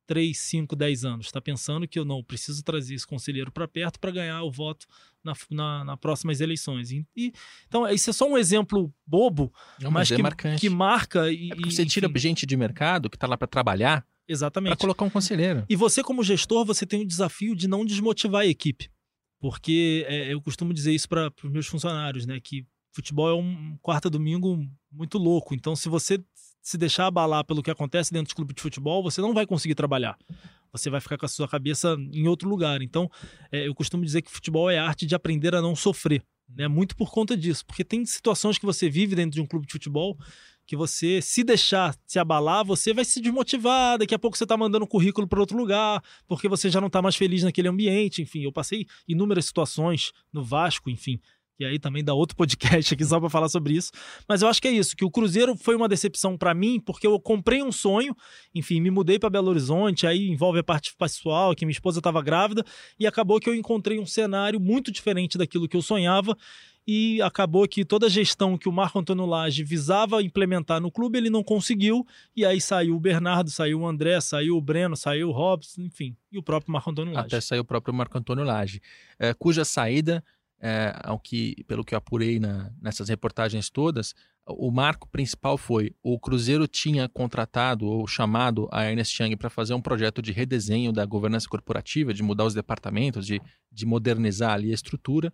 três, cinco, dez anos. Está pensando que eu não preciso trazer esse conselheiro para perto para ganhar o voto na, na, na próximas eleições. E, e, então, isso é só um exemplo bobo, não, mas, mas é que, marcante. que marca... E, é porque você tira enfim, gente de mercado que está lá para trabalhar, exatamente, para colocar um conselheiro. E você, como gestor, você tem o desafio de não desmotivar a equipe. Porque é, eu costumo dizer isso para os meus funcionários, né? Que futebol é um quarta domingo muito louco. Então, se você se deixar abalar pelo que acontece dentro do clube de futebol, você não vai conseguir trabalhar. Você vai ficar com a sua cabeça em outro lugar. Então, é, eu costumo dizer que futebol é a arte de aprender a não sofrer. Né? Muito por conta disso. Porque tem situações que você vive dentro de um clube de futebol que você, se deixar se abalar, você vai se desmotivar. Daqui a pouco você está mandando um currículo para outro lugar, porque você já não está mais feliz naquele ambiente. Enfim, eu passei inúmeras situações no Vasco, enfim. E aí também dá outro podcast aqui só para falar sobre isso. Mas eu acho que é isso, que o Cruzeiro foi uma decepção para mim, porque eu comprei um sonho, enfim, me mudei para Belo Horizonte, aí envolve a parte pessoal, que minha esposa estava grávida, e acabou que eu encontrei um cenário muito diferente daquilo que eu sonhava, e acabou que toda a gestão que o Marco Antônio Lage visava implementar no clube, ele não conseguiu, e aí saiu o Bernardo, saiu o André, saiu o Breno, saiu o Robson, enfim, e o próprio Marco Antônio Lage. Até saiu o próprio Marco Antônio Lage, é, cuja saída... É, ao que, pelo que eu apurei na, nessas reportagens todas, o marco principal foi: o Cruzeiro tinha contratado ou chamado a Ernst Young para fazer um projeto de redesenho da governança corporativa, de mudar os departamentos, de, de modernizar ali a estrutura.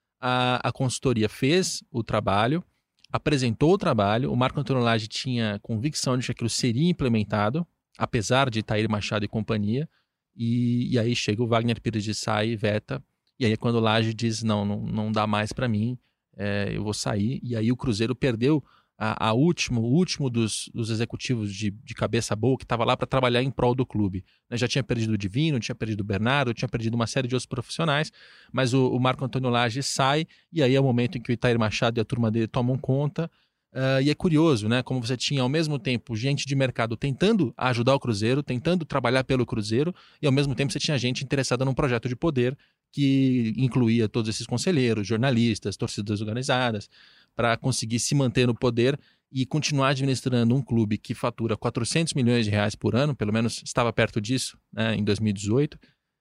A, a consultoria fez o trabalho, apresentou o trabalho, o Marco Antônio Lage tinha convicção de que aquilo seria implementado, apesar de Itair Machado e companhia, e, e aí chega o Wagner Pires de Sá e veta. E aí quando o Lage diz, não, não, não dá mais para mim, é, eu vou sair. E aí o Cruzeiro perdeu a, a último, o último dos, dos executivos de, de cabeça boa que estava lá para trabalhar em prol do clube. Né? Já tinha perdido o Divino, tinha perdido o Bernardo, tinha perdido uma série de outros profissionais, mas o, o Marco Antônio Lage sai, e aí é o momento em que o Itair Machado e a turma dele tomam conta. Uh, e é curioso, né? Como você tinha ao mesmo tempo gente de mercado tentando ajudar o Cruzeiro, tentando trabalhar pelo Cruzeiro, e ao mesmo tempo você tinha gente interessada num projeto de poder que incluía todos esses conselheiros, jornalistas, torcidas organizadas, para conseguir se manter no poder e continuar administrando um clube que fatura quatrocentos milhões de reais por ano, pelo menos estava perto disso, né, em dois mil e dezoito,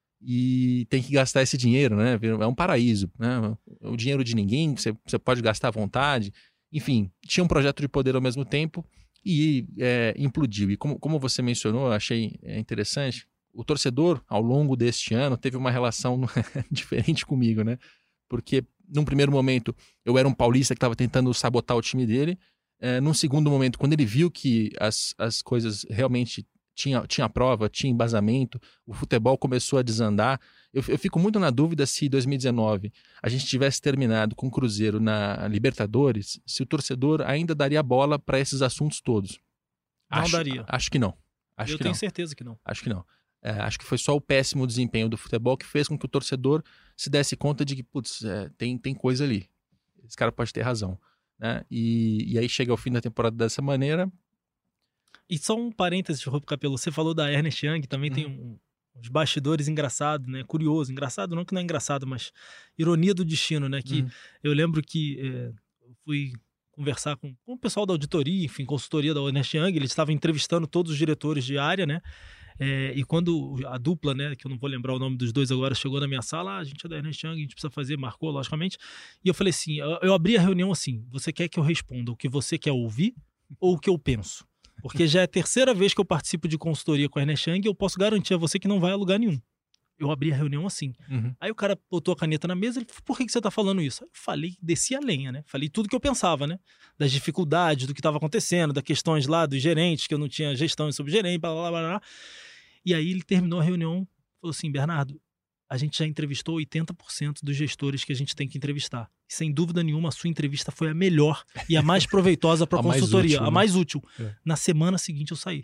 e tem que gastar esse dinheiro, né? É um paraíso, né? O dinheiro de ninguém, você, você pode gastar à vontade. Enfim, tinha um projeto de poder ao mesmo tempo e é, implodiu. E como, como você mencionou, eu achei interessante, o torcedor, ao longo deste ano, teve uma relação diferente comigo, né? Porque, num primeiro momento, eu era um paulista que estava tentando sabotar o time dele. É, num segundo momento, quando ele viu que as, as coisas realmente tinha, tinha prova, tinha embasamento, o futebol começou a desandar. Eu, eu fico muito na dúvida se em dois mil e dezenove a gente tivesse terminado com o Cruzeiro na Libertadores, se o torcedor ainda daria bola para esses assuntos todos. Não acho, daria. Acho que não. Acho eu que tenho não. certeza que não. Acho que não. É, acho que foi só o péssimo desempenho do futebol que fez com que o torcedor se desse conta de que, putz, é, tem, tem coisa ali. Esse cara pode ter razão. Né? E, e aí chega ao fim da temporada dessa maneira. E só um parênteses, Roupa Capelo, você falou da Ernst Young, também uhum. tem um, uns bastidores engraçados, né? Curioso, engraçado não que não é engraçado, mas ironia do destino, né? Que uhum. eu lembro que é, eu fui conversar com, com o pessoal da auditoria, enfim, consultoria da Ernst Young, eles estavam entrevistando todos os diretores de área, né? É, e quando a dupla, né, que eu não vou lembrar o nome dos dois agora, chegou na minha sala, ah, a gente é da Ernst Young, a gente precisa fazer, marcou, logicamente. E eu falei assim, eu, eu abri a reunião assim, você quer que eu responda o que você quer ouvir ou o que eu penso? Porque já é a terceira vez que eu participo de consultoria com a Ernst Young e eu posso garantir a você que não vai a lugar nenhum. Eu abri a reunião assim. Uhum. Aí o cara botou a caneta na mesa e falou, por que, que você tá falando isso? Aí eu falei, desci a lenha, né? Falei tudo que eu pensava, né? Das dificuldades, do que estava acontecendo, das questões lá dos gerentes, que eu não tinha gestão sobre gerente, blá, blá, blá, blá. E aí ele terminou a reunião, falou assim, Bernardo, a gente já entrevistou oitenta por cento dos gestores que a gente tem que entrevistar. E, sem dúvida nenhuma, a sua entrevista foi a melhor e a mais proveitosa para a consultoria, útil, né? A mais útil. É. Na semana seguinte eu saí.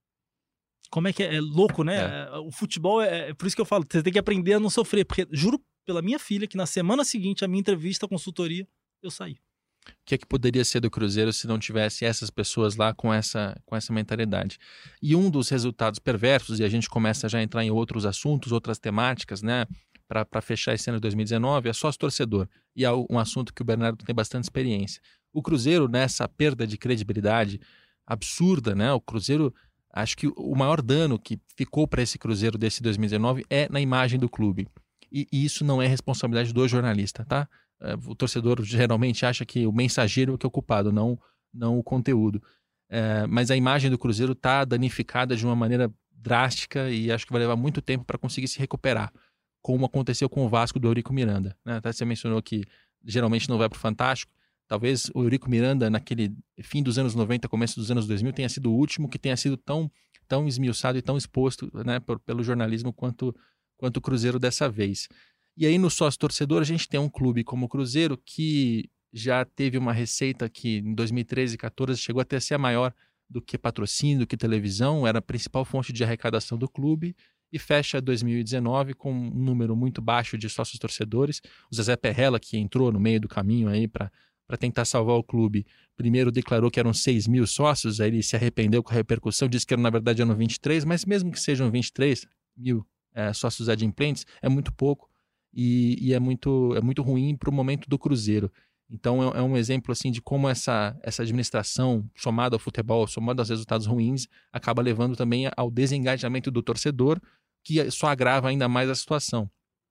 Como é que é? É louco, né? É. O futebol, é, é por isso que eu falo, você tem que aprender a não sofrer. Porque juro pela minha filha que na semana seguinte, a minha entrevista, a consultoria, eu saí. O que é que poderia ser do Cruzeiro se não tivesse essas pessoas lá com essa, com essa mentalidade? E um dos resultados perversos, e a gente começa já a entrar em outros assuntos, outras temáticas, né? Para fechar esse ano de dois mil e dezenove, é sócio-torcedor. E é um assunto que o Bernardo tem bastante experiência. O Cruzeiro, nessa perda de credibilidade absurda, né? O Cruzeiro Acho que o maior dano que ficou para esse Cruzeiro desse dois mil e dezenove é na imagem do clube. E, e isso não é responsabilidade do jornalista, tá? O torcedor geralmente acha que o mensageiro é que é o culpado, não, não o conteúdo. É, mas a imagem do Cruzeiro está danificada de uma maneira drástica e acho que vai levar muito tempo para conseguir se recuperar, como aconteceu com o Vasco do Eurico Miranda, né? Até você mencionou que geralmente não vai para o Fantástico. Talvez o Eurico Miranda, naquele fim dos anos noventa, começo dos anos dois mil, tenha sido o último que tenha sido tão, tão esmiuçado e tão exposto, né, por, pelo jornalismo quanto, quanto o Cruzeiro dessa vez. E aí no sócio-torcedor a gente tem um clube como o Cruzeiro que já teve uma receita que em dois mil e treze, quatorze chegou até a ser a maior do que patrocínio, do que televisão, era a principal fonte de arrecadação do clube, e fecha dois mil e dezenove com um número muito baixo de sócios-torcedores. O Zezé Perrella, que entrou no meio do caminho aí para para tentar salvar o clube, primeiro declarou que eram seis mil sócios, aí ele se arrependeu com a repercussão, disse que na verdade eram vinte e três, mas mesmo que sejam vinte e três mil é, sócios adimplentes, é muito pouco e, e é, muito, é muito ruim para o momento do Cruzeiro. Então é, é um exemplo assim, de como essa, essa administração, somada ao futebol, somada aos resultados ruins, acaba levando também ao desengajamento do torcedor, que só agrava ainda mais a situação.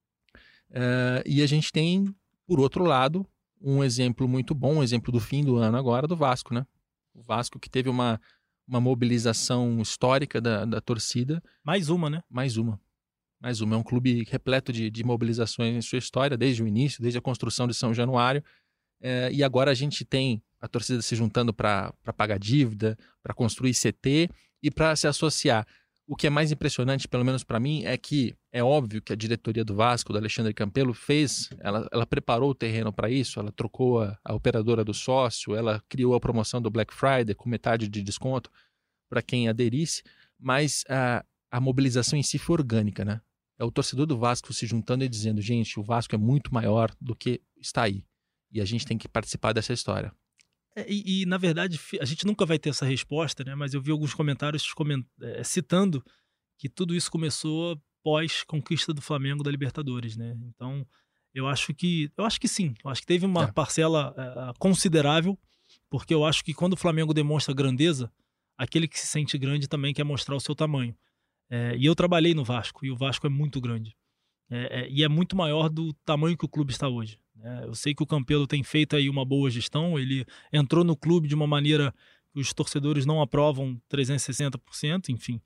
É, e a gente tem, por outro lado, um exemplo muito bom, um exemplo do fim do ano agora, do Vasco, né? O Vasco que teve uma, uma mobilização histórica da, da torcida. Mais uma, né? Mais uma. Mais uma. É um clube repleto de, de mobilizações em sua história, desde o início, desde a construção de São Januário. É, e agora a gente tem a torcida se juntando para pagar dívida, para construir C T e para se associar. O que é mais impressionante, pelo menos para mim, é que é óbvio que a diretoria do Vasco, do Alexandre Campelo, fez, ela, ela preparou o terreno para isso, ela trocou a, a operadora do sócio, ela criou a promoção do Black Friday com metade de desconto para quem aderisse, mas a, a mobilização em si foi orgânica, né? É o torcedor do Vasco se juntando e dizendo, gente, o Vasco é muito maior do que está aí e a gente tem que participar dessa história. É, e, e, na verdade, a gente nunca vai ter essa resposta, né? Mas eu vi alguns comentários coment... é, citando que tudo isso começou pós-conquista do Flamengo da Libertadores, né? Então, eu acho que eu acho que sim. Eu acho que teve uma é. parcela é, considerável, porque eu acho que quando o Flamengo demonstra grandeza, aquele que se sente grande também quer mostrar o seu tamanho. É, e eu trabalhei no Vasco, e o Vasco é muito grande. É, é, e é muito maior do tamanho que o clube está hoje. É, eu sei que o Campelo tem feito aí uma boa gestão, ele entrou no clube de uma maneira que os torcedores não aprovam trezentos e sessenta por cento, enfim.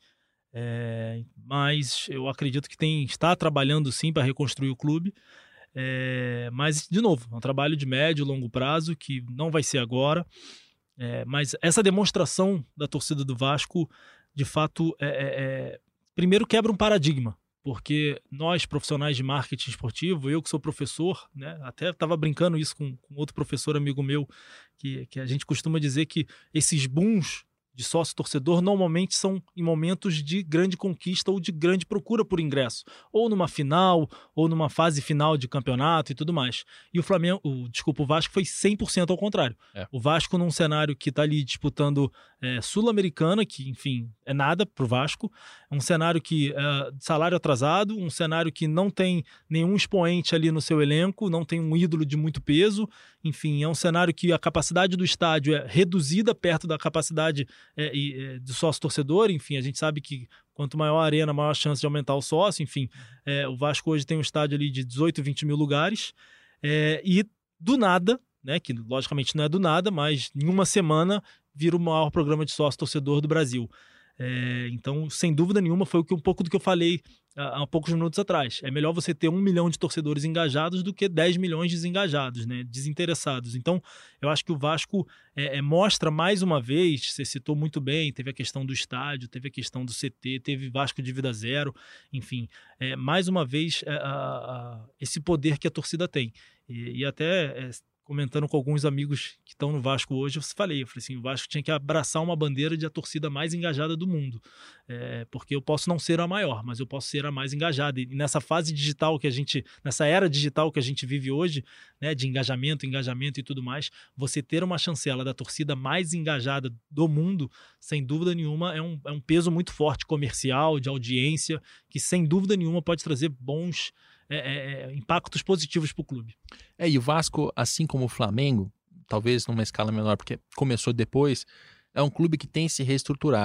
É, mas eu acredito que tem, está trabalhando sim para reconstruir o clube. É, mas, de novo, é um trabalho de médio e longo prazo que não vai ser agora. É, mas essa demonstração da torcida do Vasco, de fato, é, é, primeiro quebra um paradigma. Porque nós, profissionais de marketing esportivo, eu que sou professor, né, até estava brincando isso com, com outro professor amigo meu, que, que a gente costuma dizer que esses booms de sócio-torcedor normalmente são em momentos de grande conquista ou de grande procura por ingresso, ou numa final, ou numa fase final de campeonato e tudo mais. E o Flamengo, o, desculpa, o Vasco foi cem por cento ao contrário. É. O Vasco num cenário que está ali disputando é, Sul-Americana, que enfim, é nada pro Vasco, é um cenário que é, salário atrasado, um cenário que não tem nenhum expoente ali no seu elenco, não tem um ídolo de muito peso, enfim, é um cenário que a capacidade do estádio é reduzida perto da capacidade É, é, do sócio-torcedor, enfim, a gente sabe que quanto maior a arena, maior a chance de aumentar o sócio, enfim, é, o Vasco hoje tem um estádio ali de dezoito, vinte mil lugares, é, e do nada, né, que logicamente não é do nada, mas em uma semana vira o maior programa de sócio-torcedor do Brasil. É, então, sem dúvida nenhuma, foi o que, um pouco do que eu falei há, há poucos minutos atrás. É melhor você ter um milhão de torcedores engajados do que dez milhões desengajados, né, desinteressados. Então, eu acho que o Vasco é, é, mostra mais uma vez, você citou muito bem, teve a questão do estádio, teve a questão do C T, teve Vasco de vida zero, enfim, é, mais uma vez é, a, a, esse poder que a torcida tem. E, e até... É, comentando com alguns amigos que estão no Vasco hoje, eu falei, eu falei assim, o Vasco tinha que abraçar uma bandeira de a torcida mais engajada do mundo, é, porque eu posso não ser a maior, mas eu posso ser a mais engajada, e nessa fase digital que a gente, nessa era digital que a gente vive hoje, né, de engajamento, engajamento e tudo mais, você ter uma chancela da torcida mais engajada do mundo, sem dúvida nenhuma, é um, é um peso muito forte comercial, de audiência, que sem dúvida nenhuma pode trazer bons É, é, impactos positivos para o clube. É, e o Vasco, assim como o Flamengo, talvez numa escala menor, porque começou depois, é um clube que tem se reestruturado.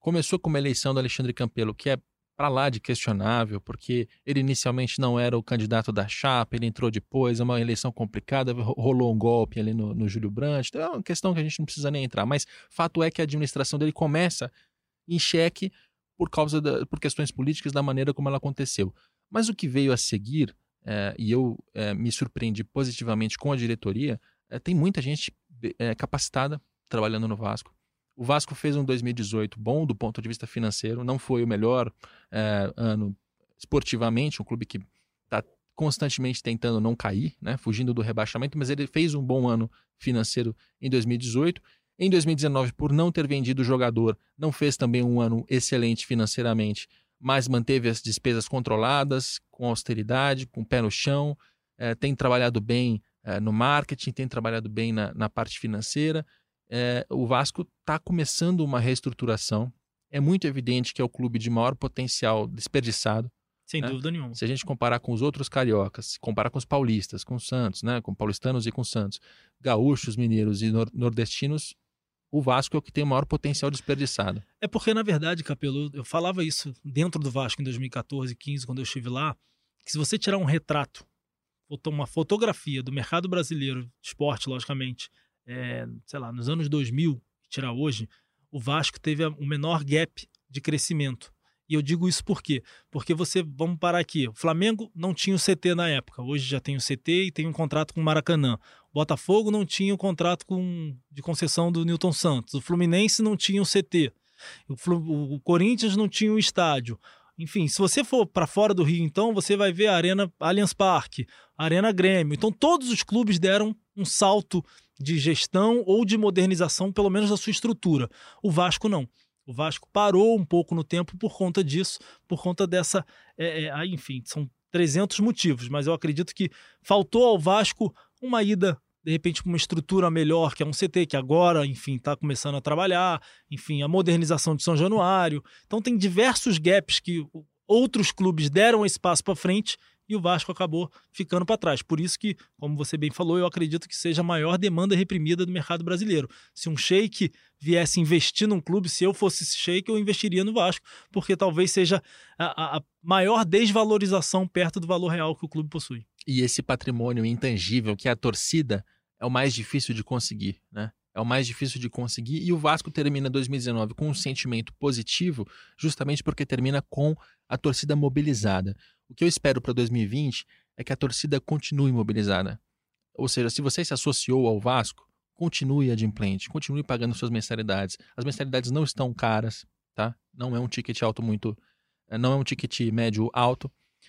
Começou com uma eleição do Alexandre Campelo, que é para lá de questionável, porque ele inicialmente não era o candidato da chapa, ele entrou depois, é uma eleição complicada, rolou um golpe ali no, no Júlio Brandt, então é uma questão que a gente não precisa nem entrar, mas fato é que a administração dele começa em xeque por causa da, por questões políticas da maneira como ela aconteceu. Mas o que veio a seguir, é, e eu é, me surpreendi positivamente com a diretoria, é, tem muita gente é, capacitada trabalhando no Vasco. O Vasco fez um dois mil e dezoito bom do ponto de vista financeiro, não foi o melhor é, ano esportivamente, um clube que está constantemente tentando não cair, né, fugindo do rebaixamento, mas ele fez um bom ano financeiro em dois mil e dezoito. Em dois mil e dezenove, por não ter vendido o jogador, não fez também um ano excelente financeiramente, mas manteve as despesas controladas, com austeridade, com o pé no chão, é, tem trabalhado bem é, no marketing, tem trabalhado bem na, na parte financeira. É, o Vasco está começando uma reestruturação. É muito evidente que é o clube de maior potencial desperdiçado. Sem né? dúvida nenhuma. Se a gente comparar com os outros cariocas, comparar com os paulistas, com os Santos, né? com paulistanos e com Santos, gaúchos, mineiros e nor- nordestinos, o Vasco é o que tem o maior potencial desperdiçado. É porque, na verdade, Capelo, eu falava isso dentro do Vasco em dois mil e quatorze, quinze, quando eu estive lá, que se você tirar um retrato, uma fotografia do mercado brasileiro de esporte, logicamente, É, sei lá, nos anos dois mil, tirar hoje, o Vasco teve o menor gap de crescimento. E eu digo isso por quê? Porque você, vamos parar aqui, o Flamengo não tinha o C T na época, hoje já tem o C T e tem um contrato com o Maracanã. O Botafogo não tinha o contrato com, de concessão do Newton Santos. O Fluminense não tinha o C T. O, Flu, o Corinthians não tinha o estádio. Enfim, se você for para fora do Rio, então, você vai ver a Arena Allianz Parque, a Arena Grêmio. Então, todos os clubes deram um salto de gestão ou de modernização, pelo menos da sua estrutura. O Vasco não. O Vasco parou um pouco no tempo por conta disso, por conta dessa... É, é, enfim, são trezentos motivos, mas eu acredito que faltou ao Vasco uma ida, de repente, para uma estrutura melhor, que é um C T, que agora, enfim, está começando a trabalhar, enfim, a modernização de São Januário. Então tem diversos gaps que outros clubes deram espaço para frente e o Vasco acabou ficando para trás. Por isso que, como você bem falou, eu acredito que seja a maior demanda reprimida do mercado brasileiro. Se um sheik viesse investir num clube, se eu fosse esse sheik, eu investiria no Vasco, porque talvez seja a, a maior desvalorização perto do valor real que o clube possui. E esse patrimônio intangível que é a torcida é o mais difícil de conseguir, né? É o mais difícil de conseguir e o Vasco termina dois mil e dezenove com um sentimento positivo justamente porque termina com a torcida mobilizada. O que eu espero para dois mil e vinte é que a torcida continue mobilizada. Ou seja, se você se associou ao Vasco, continue adimplente, continue pagando suas mensalidades. As mensalidades não estão caras, tá? Não é um ticket alto muito... Não é um ticket médio alto.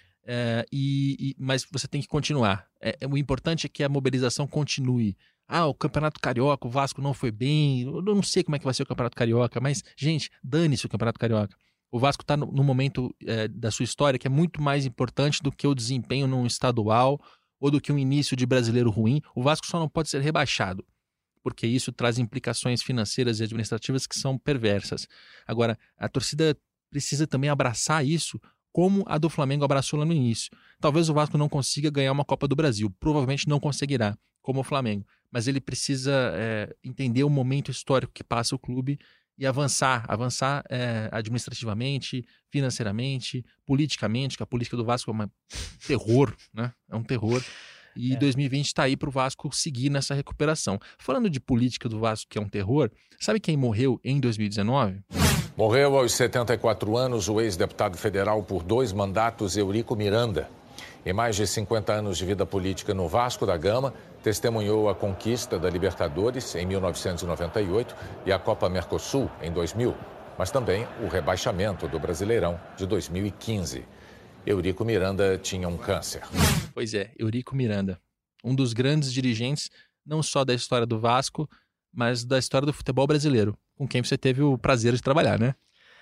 É, e, e, mas você tem que continuar. É, é, o importante é que a mobilização continue. Ah, o Campeonato Carioca, o Vasco não foi bem. Eu não sei como é que vai ser o Campeonato Carioca, mas, gente, dane-se o Campeonato Carioca. O Vasco está no, no momento é, da sua história que é muito mais importante do que o desempenho num estadual ou do que um início de brasileiro ruim. O Vasco só não pode ser rebaixado, porque isso traz implicações financeiras e administrativas que são perversas. Agora, a torcida precisa também abraçar isso como a do Flamengo abraçou lá no início. Talvez o Vasco não consiga ganhar uma Copa do Brasil, provavelmente não conseguirá, como o Flamengo, mas ele precisa é, entender o momento histórico que passa o clube e avançar, avançar é, administrativamente, financeiramente, politicamente, que a política do Vasco é um terror, né? É um terror. E é. dois mil e vinte está aí para o Vasco seguir nessa recuperação. Falando de política do Vasco, que é um terror, sabe quem morreu em dois mil e dezenove? Morreu aos setenta e quatro anos o ex-deputado federal por dois mandatos, Eurico Miranda. Em mais de cinquenta anos de vida política no Vasco da Gama, testemunhou a conquista da Libertadores em mil novecentos e noventa e oito e a Copa Mercosul em dois mil, mas também o rebaixamento do Brasileirão de dois mil e quinze. Eurico Miranda tinha um câncer. Pois é, Eurico Miranda, um dos grandes dirigentes, não só da história do Vasco, mas da história do futebol brasileiro, com quem você teve o prazer de trabalhar, né?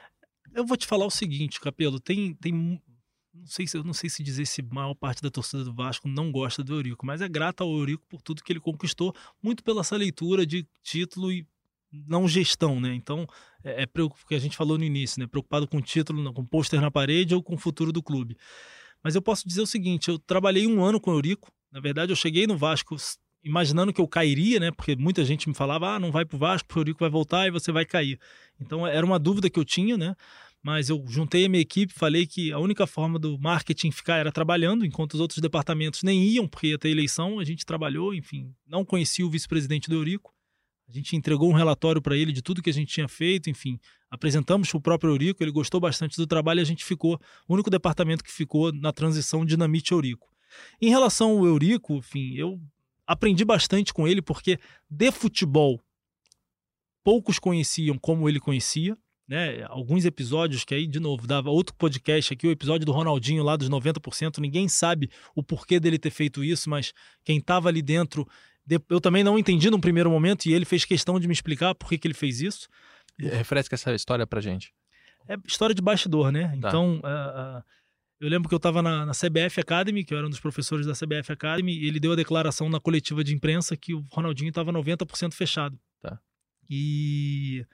Eu vou te falar o seguinte, Capelo, tem... tem... Não sei, se, eu não sei se dizer se a maior parte da torcida do Vasco não gosta do Eurico, mas é grata ao Eurico por tudo que ele conquistou, muito pela essa leitura de título e não gestão, né? Então, é, é o que a gente falou no início, né? Preocupado com o título, com o pôster na parede ou com o futuro do clube. Mas eu posso dizer o seguinte, eu trabalhei um ano com o Eurico, na verdade eu cheguei no Vasco imaginando que eu cairia, né? Porque muita gente me falava, ah, não vai pro Vasco, o Eurico vai voltar e você vai cair. Então era uma dúvida que eu tinha, né? Mas eu juntei a minha equipe, falei que a única forma do marketing ficar era trabalhando, enquanto os outros departamentos nem iam, porque ia ter eleição, a gente trabalhou, enfim, não conhecia o vice-presidente do Eurico. A gente entregou um relatório para ele de tudo que a gente tinha feito, enfim, apresentamos para o próprio Eurico, ele gostou bastante do trabalho e a gente ficou, o único departamento que ficou na transição Dinamite-Eurico. Em relação ao Eurico, enfim, eu aprendi bastante com ele, porque de futebol, poucos conheciam como ele conhecia, né? Alguns episódios que aí, de novo, dava outro podcast aqui, o episódio do Ronaldinho lá dos noventa por cento, ninguém sabe o porquê dele ter feito isso, mas quem estava ali dentro... Eu também não entendi num primeiro momento e ele fez questão de me explicar por que, que ele fez isso. Refresca essa história pra gente. É história de bastidor, né? Tá. Então, uh, uh, eu lembro que eu estava na, na C B F Academy, que eu era um dos professores da C B F Academy, e ele deu a declaração na coletiva de imprensa que o Ronaldinho estava noventa por cento fechado. Tá. E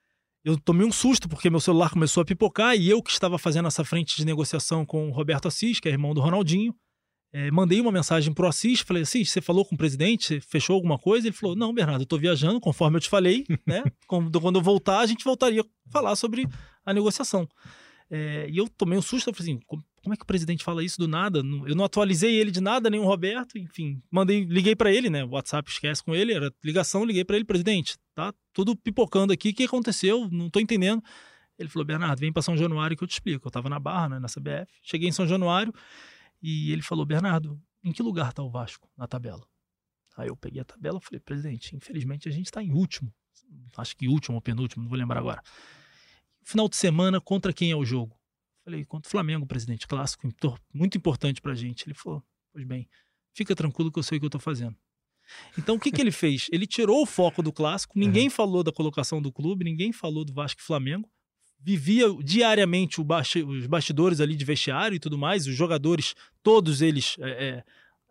eu tomei um susto porque meu celular começou a pipocar e eu que estava fazendo essa frente de negociação com o Roberto Assis, que é irmão do Ronaldinho, É, mandei uma mensagem pro Assis, falei, Assis, você falou com o presidente, você fechou alguma coisa? Ele falou, não, Bernardo, eu tô viajando, conforme eu te falei, né? Quando, quando eu voltar, a gente voltaria a falar sobre a negociação. É, e eu tomei um susto, eu falei assim, como, como é que o presidente fala isso do nada? Eu não atualizei ele de nada, nem o Roberto, enfim, mandei, liguei para ele, né? O WhatsApp esquece com ele, era ligação, liguei para ele, presidente, tá tudo pipocando aqui, o que aconteceu? Não tô entendendo. Ele falou, Bernardo, vem para São Januário que eu te explico. Eu tava na Barra, né, na C B F, cheguei em São Januário, e ele falou, Bernardo, em que lugar está o Vasco na tabela? Aí eu peguei a tabela e falei, presidente, infelizmente a gente está em último. Acho que último ou penúltimo, não vou lembrar agora. Final de semana, contra quem é o jogo? Falei, contra o Flamengo, presidente, clássico, muito importante pra gente. Ele falou, pois bem, fica tranquilo que eu sei o que eu tô fazendo. Então o que, que ele fez? Ele tirou o foco do clássico, ninguém uhum. falou da colocação do clube, ninguém falou do Vasco e Flamengo. Vivia diariamente o basti- os bastidores ali de vestiário e tudo mais, os jogadores, todos eles é, é,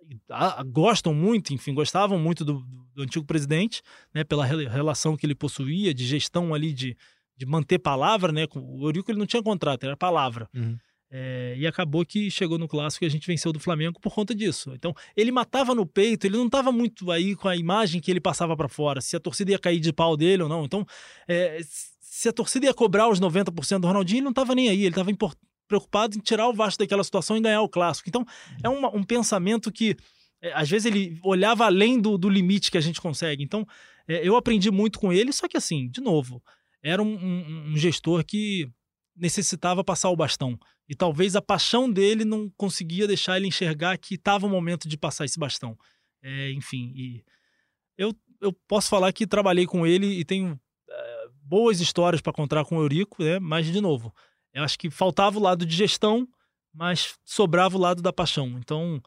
a, gostam muito, enfim, gostavam muito do, do antigo presidente, né, pela re- relação que ele possuía, de gestão ali, de, de manter palavra, né, o Eurico ele não tinha contrato, era palavra. Uhum. É, e acabou que chegou no clássico e a gente venceu do Flamengo por conta disso. Então, ele matava no peito, ele não estava muito aí com a imagem que ele passava para fora, se a torcida ia cair de pau dele ou não. Então, é, se a torcida ia cobrar os noventa por cento do Ronaldinho, ele não estava nem aí, ele estava import... preocupado em tirar o Vasco daquela situação e ganhar o clássico. Então, é uma, um pensamento que, é, às vezes, ele olhava além do, do limite que a gente consegue. Então, é, eu aprendi muito com ele, só que assim, de novo, era um, um, um gestor que necessitava passar o bastão. E talvez a paixão dele não conseguia deixar ele enxergar que estava o momento de passar esse bastão. É, enfim, e eu, eu posso falar que trabalhei com ele e tenho é, boas histórias para contar com o Eurico, né? Mas, de novo, eu acho que faltava o lado de gestão, mas sobrava o lado da paixão. Então,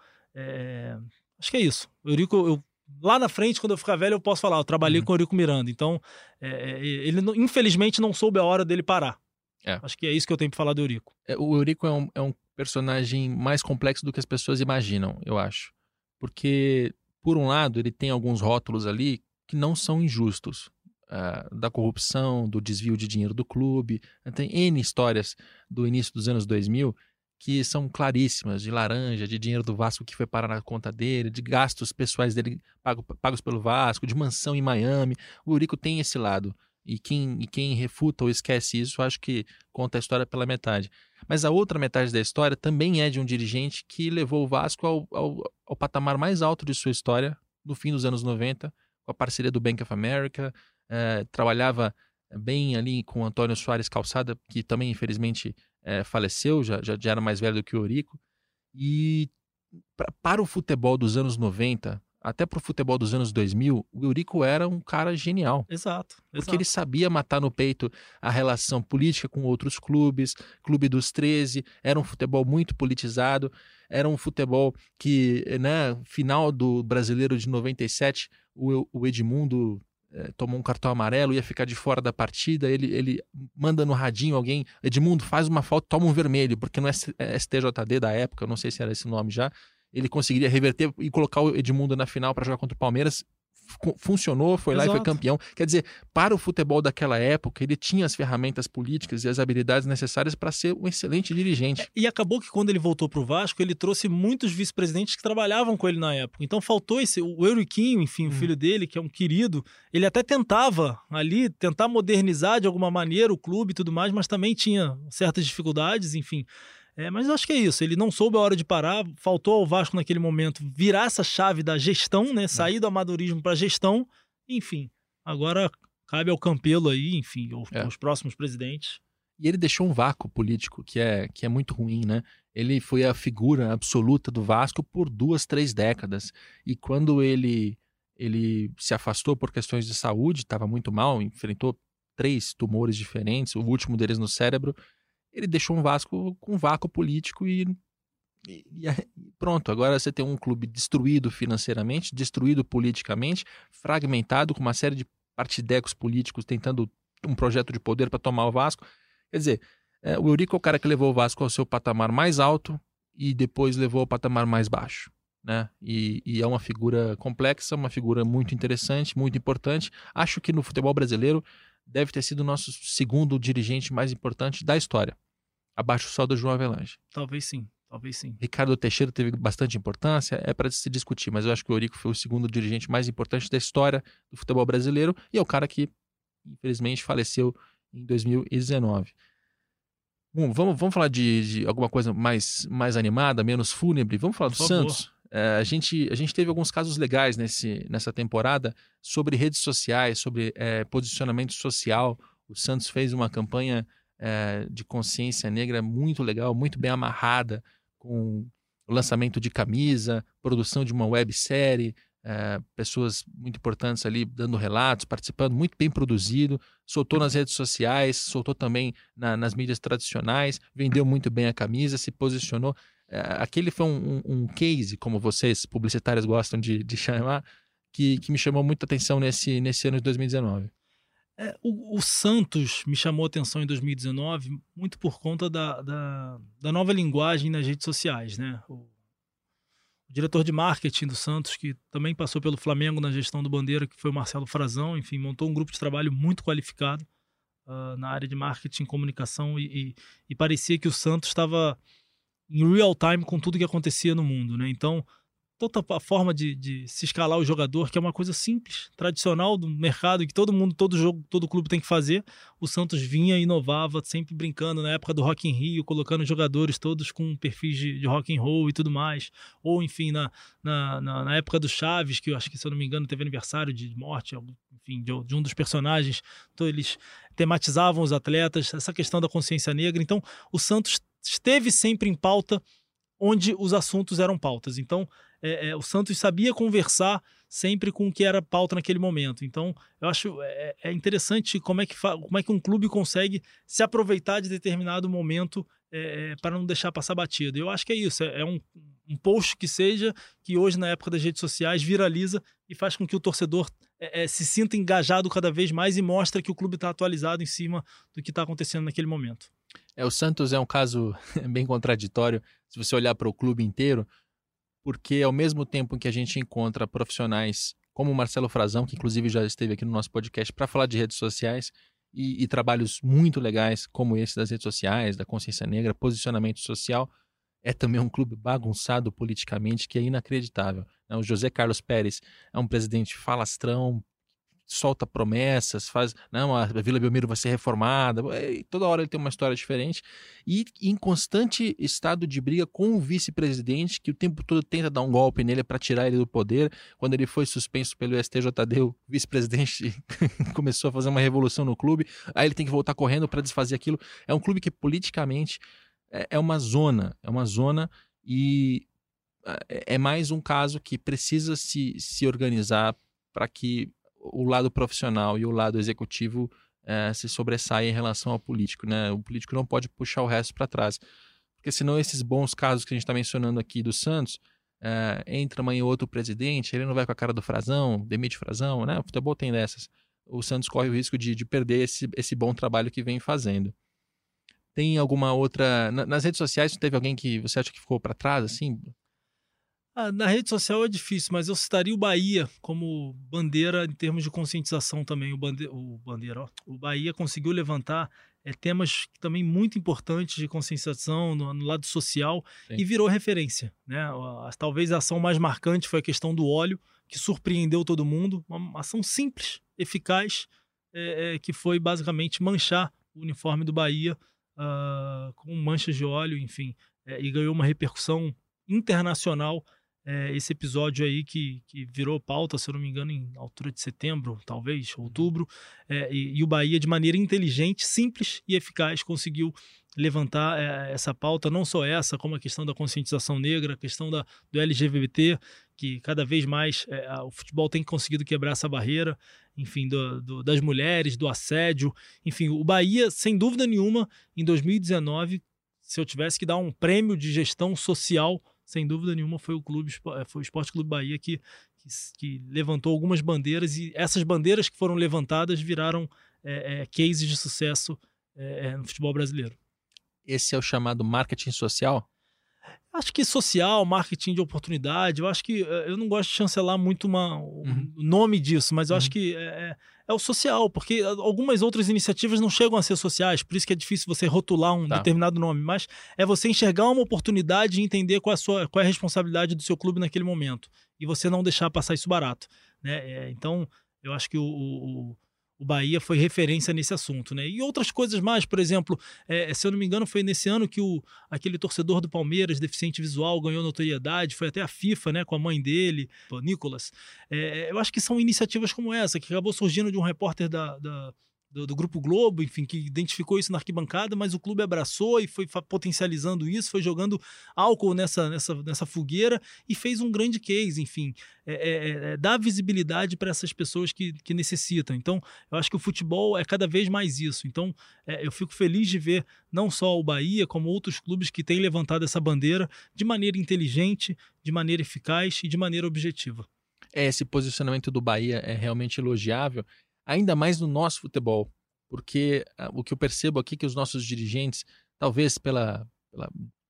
é, acho que é isso. O Eurico, eu, lá na frente, quando eu ficar velho, eu posso falar, eu trabalhei uhum. com o Eurico Miranda. Então, é, ele infelizmente não soube a hora dele parar. É. Acho que é isso que eu tenho para falar do Eurico. O Eurico é um, é um personagem mais complexo do que as pessoas imaginam, eu acho. Porque, por um lado, ele tem alguns rótulos ali que não são injustos. Uh, da corrupção, do desvio de dinheiro do clube. Tem N histórias do início dos anos dois mil que são claríssimas, de laranja, de dinheiro do Vasco que foi parar na conta dele, de gastos pessoais dele pago, pagos pelo Vasco, de mansão em Miami. O Eurico tem esse lado. E quem, e quem refuta ou esquece isso, acho que conta a história pela metade. Mas a outra metade da história também é de um dirigente que levou o Vasco ao, ao, ao patamar mais alto de sua história no fim dos anos noventa, com a parceria do Bank of America, é, trabalhava bem ali com o Antônio Soares Calçada, que também infelizmente é, faleceu, já, já era mais velho do que o Eurico. E pra, para o futebol dos anos noventa... até pro futebol dos anos dois mil, o Eurico era um cara genial. Exato, exato. Porque ele sabia matar no peito a relação política com outros clubes, Clube dos treze, era um futebol muito politizado, era um futebol que, né, final do Brasileiro de noventa e sete, o, o Edmundo eh, tomou um cartão amarelo, ia ficar de fora da partida, ele, ele manda no radinho alguém, Edmundo, faz uma falta, toma um vermelho, porque no S T J D da época, eu não sei se era esse nome já, ele conseguiria reverter e colocar o Edmundo na final para jogar contra o Palmeiras. funcionou, foi lá Exato. e foi campeão. Quer dizer, para o futebol daquela época, ele tinha as ferramentas políticas e as habilidades necessárias para ser um excelente dirigente. E acabou que quando ele voltou para o Vasco, ele trouxe muitos vice-presidentes que trabalhavam com ele na época. Então faltou esse, o Euriquinho, enfim, hum. o filho dele, que é um querido, ele até tentava ali, tentar modernizar de alguma maneira o clube e tudo mais, mas também tinha certas dificuldades, enfim. É, mas eu acho que é isso, ele não soube a hora de parar, faltou ao Vasco naquele momento virar essa chave da gestão, né, sair do amadorismo para a gestão, enfim, agora cabe ao Campelo aí, enfim, aos, é. aos próximos presidentes. E ele deixou um vácuo político que é, que é muito ruim, né? Ele foi a figura absoluta do Vasco por duas, três décadas, e quando ele, ele se afastou por questões de saúde, estava muito mal, enfrentou três tumores diferentes, o último deles no cérebro, ele deixou um Vasco com um vácuo político e, e, e pronto. Agora você tem um clube destruído financeiramente, destruído politicamente, fragmentado, com uma série de partidecos políticos tentando um projeto de poder para tomar o Vasco. Quer dizer, é, o Eurico é o cara que levou o Vasco ao seu patamar mais alto e depois levou ao patamar mais baixo, né? E, e é uma figura complexa, uma figura muito interessante, muito importante. Acho que no futebol brasileiro deve ter sido o nosso segundo dirigente mais importante da história, abaixo só do João Avelange. Talvez sim, talvez sim. Ricardo Teixeira teve bastante importância, é para se discutir, mas eu acho que o Eurico foi o segundo dirigente mais importante da história do futebol brasileiro e é o cara que, infelizmente, faleceu em dois mil e dezenove. Bom, vamos, vamos falar de, de alguma coisa mais, mais animada, menos fúnebre. Vamos falar do Por Santos. É, a, gente, a gente teve alguns casos legais nesse, nessa temporada sobre redes sociais, sobre é, posicionamento social. O Santos fez uma campanha é, de consciência negra muito legal, muito bem amarrada, com o lançamento de camisa, produção de uma websérie, é, pessoas muito importantes ali dando relatos, participando, muito bem produzido, soltou nas redes sociais, soltou também na, nas mídias tradicionais, vendeu muito bem a camisa, se posicionou. Aquele foi um, um, um case, como vocês publicitários gostam de, de chamar, que, que me chamou muita atenção nesse, nesse ano de dois mil e dezenove. É, o, o Santos me chamou a atenção em dois mil e dezenove muito por conta da, da, da nova linguagem nas redes sociais, né? O, o diretor de marketing do Santos, que também passou pelo Flamengo na gestão do Bandeira, que foi o Marcelo Frazão, enfim, montou um grupo de trabalho muito qualificado uh, na área de marketing e comunicação e, e, e parecia que o Santos estava em real time com tudo que acontecia no mundo, né? Então, toda a forma de, de se escalar o jogador, que é uma coisa simples, tradicional do mercado, que todo mundo, todo jogo, todo clube tem que fazer, o Santos vinha e inovava, sempre brincando na época do Rock in Rio, colocando jogadores todos com perfis de, de rock and roll e tudo mais, ou enfim, na, na, na, na época do Chaves, que eu acho que, se eu não me engano, teve aniversário de morte, enfim, de, de um dos personagens, então eles tematizavam os atletas, essa questão da consciência negra. Então o Santos esteve sempre em pauta onde os assuntos eram pautas. Então, é, é, o Santos sabia conversar sempre com o que era pauta naquele momento. Então, eu acho é, é interessante como é, que fa- como é que um clube consegue se aproveitar de determinado momento é, para não deixar passar batido. Eu acho que é isso. É, é um, um post que seja, que hoje, na época das redes sociais, viraliza e faz com que o torcedor é, é, se sinta engajado cada vez mais e mostra que o clube está atualizado em cima do que está acontecendo naquele momento. É, o Santos é um caso bem contraditório, se você olhar para o clube inteiro, porque ao mesmo tempo que a gente encontra profissionais como o Marcelo Frazão, que inclusive já esteve aqui no nosso podcast para falar de redes sociais, e, e trabalhos muito legais como esse das redes sociais, da consciência negra, posicionamento social, é também um clube bagunçado politicamente que é inacreditável. O José Carlos Pérez é um presidente falastrão, solta promessas, faz, não, a Vila Belmiro vai ser reformada, e toda hora ele tem uma história diferente, e em constante estado de briga com o vice-presidente, que o tempo todo tenta dar um golpe nele para tirar ele do poder. Quando ele foi suspenso pelo S T J D, o vice-presidente começou a fazer uma revolução no clube, aí ele tem que voltar correndo para desfazer aquilo. É um clube que politicamente é, é uma zona, é uma zona e é mais um caso que precisa se, se organizar para que o lado profissional e o lado executivo é, se sobressaem em relação ao político, né? O político não pode puxar o resto para trás, porque senão esses bons casos que a gente está mencionando aqui do Santos, é, entra amanhã outro presidente, ele não vai com a cara do Frazão, demite o Frazão, né? O futebol tem dessas. O Santos corre o risco de, de perder esse, esse bom trabalho que vem fazendo. Tem alguma outra... Na, nas redes sociais, teve alguém que você acha que ficou para trás, assim? Ah, na rede social é difícil, mas eu citaria o Bahia como bandeira em termos de conscientização também. O, bande... o bandeira, ó, o Bahia conseguiu levantar é, temas também muito importantes de conscientização no, no lado social. Sim. E virou referência, né? Talvez a ação mais marcante foi a questão do óleo, que surpreendeu todo mundo. Uma ação simples, eficaz, é, é, que foi basicamente manchar o uniforme do Bahia uh, com manchas de óleo, enfim, é, e ganhou uma repercussão internacional. É, esse episódio aí que, que virou pauta, se eu não me engano, em altura de setembro, talvez, outubro, é, e, e o Bahia, de maneira inteligente, simples e eficaz, conseguiu levantar é, essa pauta, não só essa, como a questão da conscientização negra, a questão da, do L G B T, que cada vez mais é, o futebol tem conseguido quebrar essa barreira, enfim, do, do, das mulheres, do assédio, enfim, o Bahia, sem dúvida nenhuma, em dois mil e dezenove, se eu tivesse que dar um prêmio de gestão social, sem dúvida nenhuma, foi o clube, foi o Esporte Clube Bahia que, que, que levantou algumas bandeiras, e essas bandeiras que foram levantadas viraram é, é, cases de sucesso é, no futebol brasileiro. Esse é o chamado marketing social? Acho que social, marketing de oportunidade, eu acho que, eu não gosto de chancelar muito uma, uhum. o nome disso, mas eu uhum. acho que é, é o social, porque algumas outras iniciativas não chegam a ser sociais, por isso que é difícil você rotular um tá. determinado nome, mas é você enxergar uma oportunidade e entender qual é a, sua, qual é a responsabilidade do seu clube naquele momento, e você não deixar passar isso barato, né? É, então, eu acho que o, o O Bahia foi referência nesse assunto, né? E outras coisas mais, por exemplo, é, se eu não me engano, foi nesse ano que o, aquele torcedor do Palmeiras, deficiente visual, ganhou notoriedade, foi até a FIFA, né, com a mãe dele, o Nicolas. É, eu acho que são iniciativas como essa, que acabou surgindo de um repórter da... da Do, do Grupo Globo, enfim, que identificou isso na arquibancada, mas o clube abraçou e foi potencializando isso, foi jogando álcool nessa, nessa, nessa fogueira e fez um grande case, enfim, é, é, é, dá visibilidade para essas pessoas que, que necessitam. Então, eu acho que o futebol é cada vez mais isso. Então, é, eu fico feliz de ver não só o Bahia, como outros clubes que têm levantado essa bandeira de maneira inteligente, de maneira eficaz e de maneira objetiva. É, esse posicionamento do Bahia é realmente elogiável, ainda mais no nosso futebol, porque uh, o que eu percebo aqui é que os nossos dirigentes, talvez pela, pela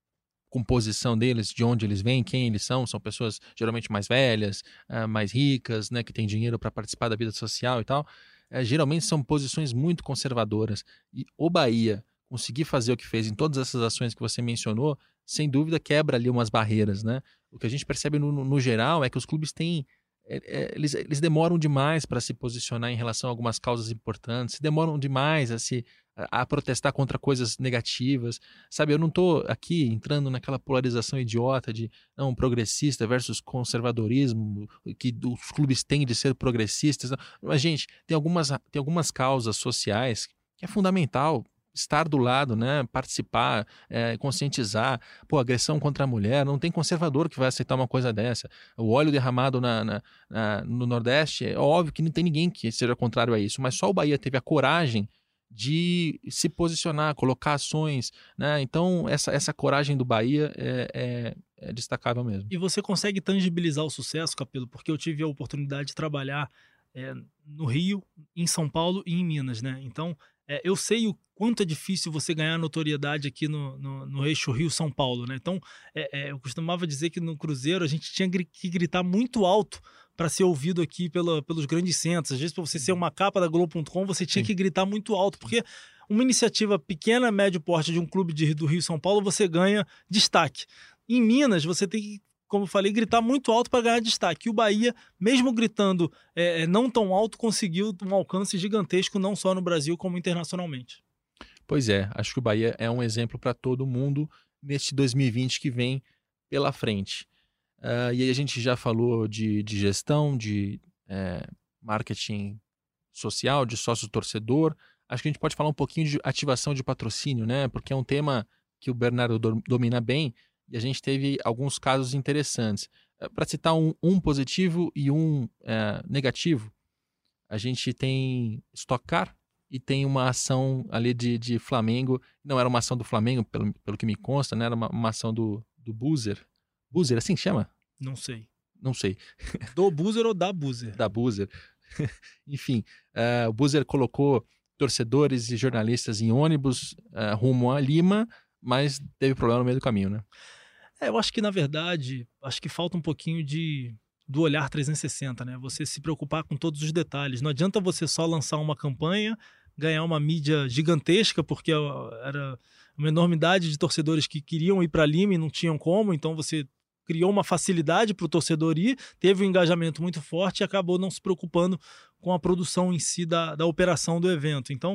composição deles, de onde eles vêm, quem eles são, são pessoas geralmente mais velhas, uh, mais ricas, né, que têm dinheiro para participar da vida social e tal, uh, geralmente são posições muito conservadoras. E o Bahia conseguir fazer o que fez em todas essas ações que você mencionou, sem dúvida quebra ali umas barreiras, né? O que a gente percebe no, no, no geral é que os clubes têm É, é, eles, eles demoram demais para se posicionar em relação a algumas causas importantes, demoram demais a, se, a, a protestar contra coisas negativas, sabe? Eu não estou aqui entrando naquela polarização idiota de não, progressista versus conservadorismo, que os clubes têm de ser progressistas. Não. Mas, gente, tem algumas, tem algumas causas sociais que é fundamental estar do lado, né? Participar, é, conscientizar. Pô, agressão contra a mulher, não tem conservador que vai aceitar uma coisa dessa. O óleo derramado na, na, na, no Nordeste, é óbvio que não tem ninguém que seja contrário a isso, mas só o Bahia teve a coragem de se posicionar, colocar ações, né? Então essa, essa coragem do Bahia é, é, é destacável mesmo. E você consegue tangibilizar o sucesso, Capelo, porque eu tive a oportunidade de trabalhar é, no Rio, em São Paulo e em Minas, né? Então É, eu sei o quanto é difícil você ganhar notoriedade aqui no, no, no eixo Rio-São Paulo, né? Então, é, é, eu costumava dizer que no Cruzeiro a gente tinha que gritar muito alto para ser ouvido aqui pela, pelos grandes centros. Às vezes, para você ser uma capa da Globo ponto com, você tinha Sim. que gritar muito alto, porque uma iniciativa pequena, médio porte de um clube de, do Rio-São Paulo, você ganha destaque. Em Minas, você tem que, como eu falei, gritar muito alto para ganhar destaque. E o Bahia, mesmo gritando é, não tão alto, conseguiu um alcance gigantesco, não só no Brasil, como internacionalmente. Pois é, acho que o Bahia é um exemplo para todo mundo neste dois mil e vinte que vem pela frente. Uh, e aí a gente já falou de, de gestão, de é, marketing social, de sócio-torcedor. Acho que a gente pode falar um pouquinho de ativação de patrocínio, né? Porque é um tema que o Bernardo do, domina bem. E a gente teve alguns casos interessantes. Para citar um, um positivo e um é, negativo, a gente tem Stock Car e tem uma ação ali de, de Flamengo. Não era uma ação do Flamengo, pelo, pelo que me consta, né? Era uma, uma ação do, do Boozer. Boozer, assim chama? Não sei. Não sei. Do Boozer ou da Boozer? Da Boozer. Enfim, uh, o Boozer colocou torcedores e jornalistas em ônibus uh, rumo a Lima, mas teve problema no meio do caminho, né? É, eu acho que, na verdade, acho que falta um pouquinho de, do olhar trezentos e sessenta, né? Você se preocupar com todos os detalhes. Não adianta você só lançar uma campanha, ganhar uma mídia gigantesca, porque era uma enormidade de torcedores que queriam ir para Lima e não tinham como, então você criou uma facilidade para o torcedor ir, teve um engajamento muito forte e acabou não se preocupando com a produção em si da, da operação do evento. Então,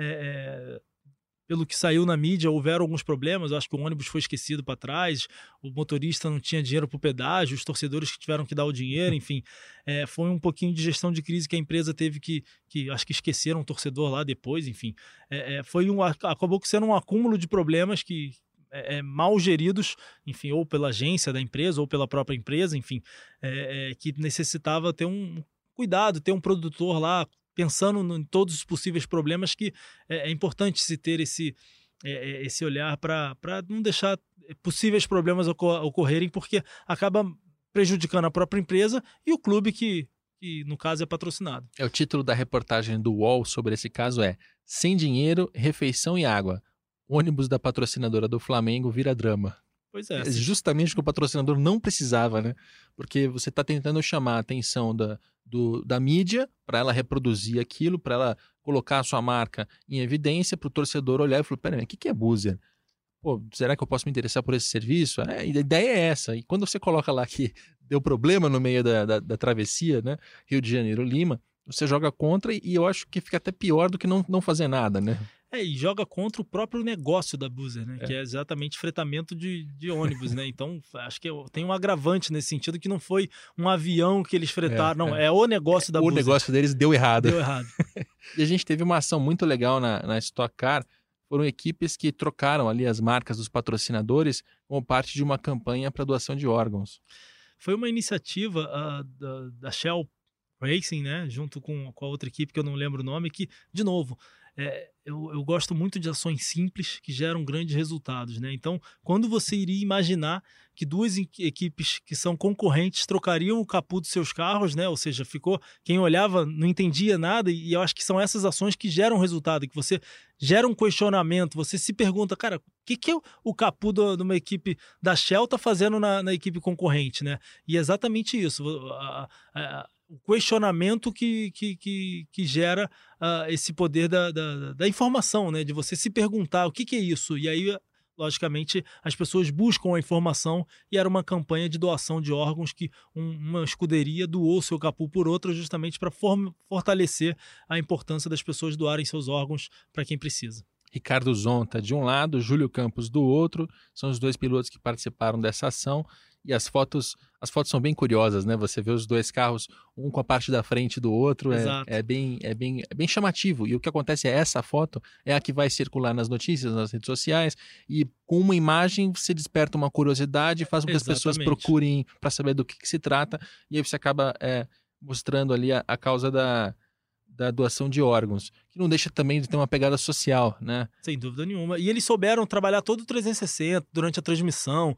é, é, pelo que saiu na mídia, houveram alguns problemas. Eu acho que o ônibus foi esquecido para trás, o motorista não tinha dinheiro para o pedágio, os torcedores que tiveram que dar o dinheiro, enfim. É, foi um pouquinho de gestão de crise que a empresa teve que, que acho que esqueceram o torcedor lá depois, enfim. É, é, foi um, acabou sendo um acúmulo de problemas que é, é, mal geridos, enfim, ou pela agência da empresa ou pela própria empresa, enfim, é, é, que necessitava ter um cuidado, ter um produtor lá pensando em todos os possíveis problemas, que é, é importante se ter esse, é, esse olhar para não deixar possíveis problemas ocor ocorrerem, porque acaba prejudicando a própria empresa e o clube que, que, no caso, é patrocinado. É, o título da reportagem do U O L sobre esse caso é Sem dinheiro, refeição e água. Ônibus da patrocinadora do Flamengo vira drama. Pois é. É justamente o que o patrocinador não precisava, né? Porque você está tentando chamar a atenção da, do, da mídia para ela reproduzir aquilo, para ela colocar a sua marca em evidência, para o torcedor olhar e falar, peraí, o que, que é Buser? Pô, será que eu posso me interessar por esse serviço? É, a ideia é essa. E quando você coloca lá que deu problema no meio da, da, da travessia, né? Rio de Janeiro, Lima, você joga contra e, e eu acho que fica até pior do que não, não fazer nada, né? É, e joga contra o próprio negócio da Buser, né? É. Que é exatamente fretamento de, de ônibus, né? Então, acho que tem um agravante nesse sentido, que não foi um avião que eles fretaram, é, não, é, é o negócio da o Buser. O negócio deles deu errado. Deu errado. E a gente teve uma ação muito legal na, na Stock Car. Foram equipes que trocaram ali as marcas dos patrocinadores como parte de uma campanha para doação de órgãos. Foi uma iniciativa uh, da, da Shell Racing, né? Junto com, com a outra equipe, que eu não lembro o nome, que, de novo, É, eu, eu gosto muito de ações simples que geram grandes resultados, né? Então, quando você iria imaginar que duas equipes que são concorrentes trocariam o capô dos seus carros, né? Ou seja, ficou, quem olhava não entendia nada, e eu acho que são essas ações que geram resultado, que você gera um questionamento, você se pergunta, cara, o que, que o capô de uma equipe da Shell tá fazendo na, na equipe concorrente, né? E é exatamente isso. A, a, o questionamento que, que, que, que gera uh, esse poder da, da, da informação, né? De você se perguntar o que, que é isso. E aí, logicamente, as pessoas buscam a informação, e era uma campanha de doação de órgãos que um, uma escuderia doou seu capô por outra, justamente para for fortalecer a importância das pessoas doarem seus órgãos para quem precisa. Ricardo Zonta de um lado, Júlio Campos do outro, são os dois pilotos que participaram dessa ação. E as fotos, as fotos são bem curiosas, né? Você vê os dois carros, um com a parte da frente do outro, é, é, bem, é, bem, é bem chamativo. E o que acontece é essa foto é a que vai circular nas notícias, nas redes sociais, e com uma imagem você desperta uma curiosidade, faz com que Exatamente. As pessoas procurem para saber do que, que se trata, e aí você acaba é, mostrando ali a, a causa da... da doação de órgãos, que não deixa também de ter uma pegada social, né? Sem dúvida nenhuma. E eles souberam trabalhar todo o trezentos e sessenta durante a transmissão.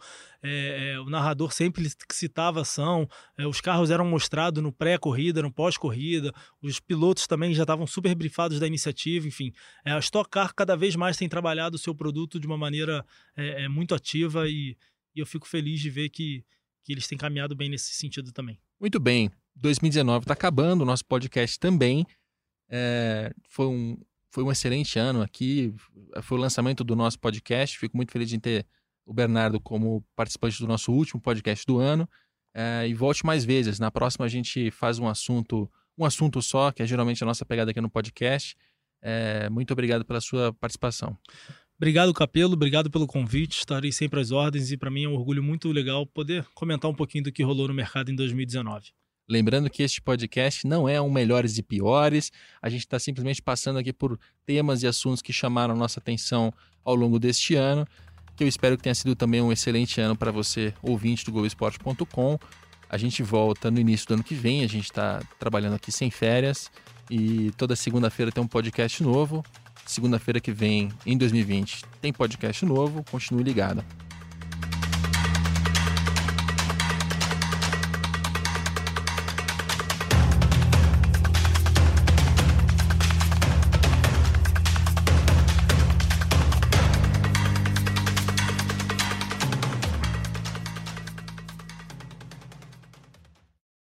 É, é, o narrador sempre citava a ação, é, os carros eram mostrados no pré-corrida, no pós-corrida, os pilotos também já estavam super brifados da iniciativa, enfim. É, a Stock Car cada vez mais tem trabalhado o seu produto de uma maneira é, é, muito ativa, e, e eu fico feliz de ver que, que eles têm caminhado bem nesse sentido também. Muito bem. dois mil e dezenove está acabando, o nosso podcast também. É, foi, um, foi um excelente ano aqui, foi o lançamento do nosso podcast, fico muito feliz de ter o Bernardo como participante do nosso último podcast do ano, é, e volte mais vezes. Na próxima a gente faz um assunto, um assunto só, que é geralmente a nossa pegada aqui no podcast. É, muito obrigado pela sua participação. Obrigado, Capelo, obrigado pelo convite, estarei sempre às ordens, e para mim é um orgulho muito legal poder comentar um pouquinho do que rolou no mercado em dois mil e dezenove. Lembrando que este podcast não é um melhores e piores, a gente está simplesmente passando aqui por temas e assuntos que chamaram nossa atenção ao longo deste ano, que eu espero que tenha sido também um excelente ano para você, ouvinte do Globo Esporte ponto com. A gente volta no início do ano que vem, a gente está trabalhando aqui sem férias, e toda segunda-feira tem um podcast novo. Segunda-feira que vem, em dois mil e vinte, tem podcast novo, continue ligado.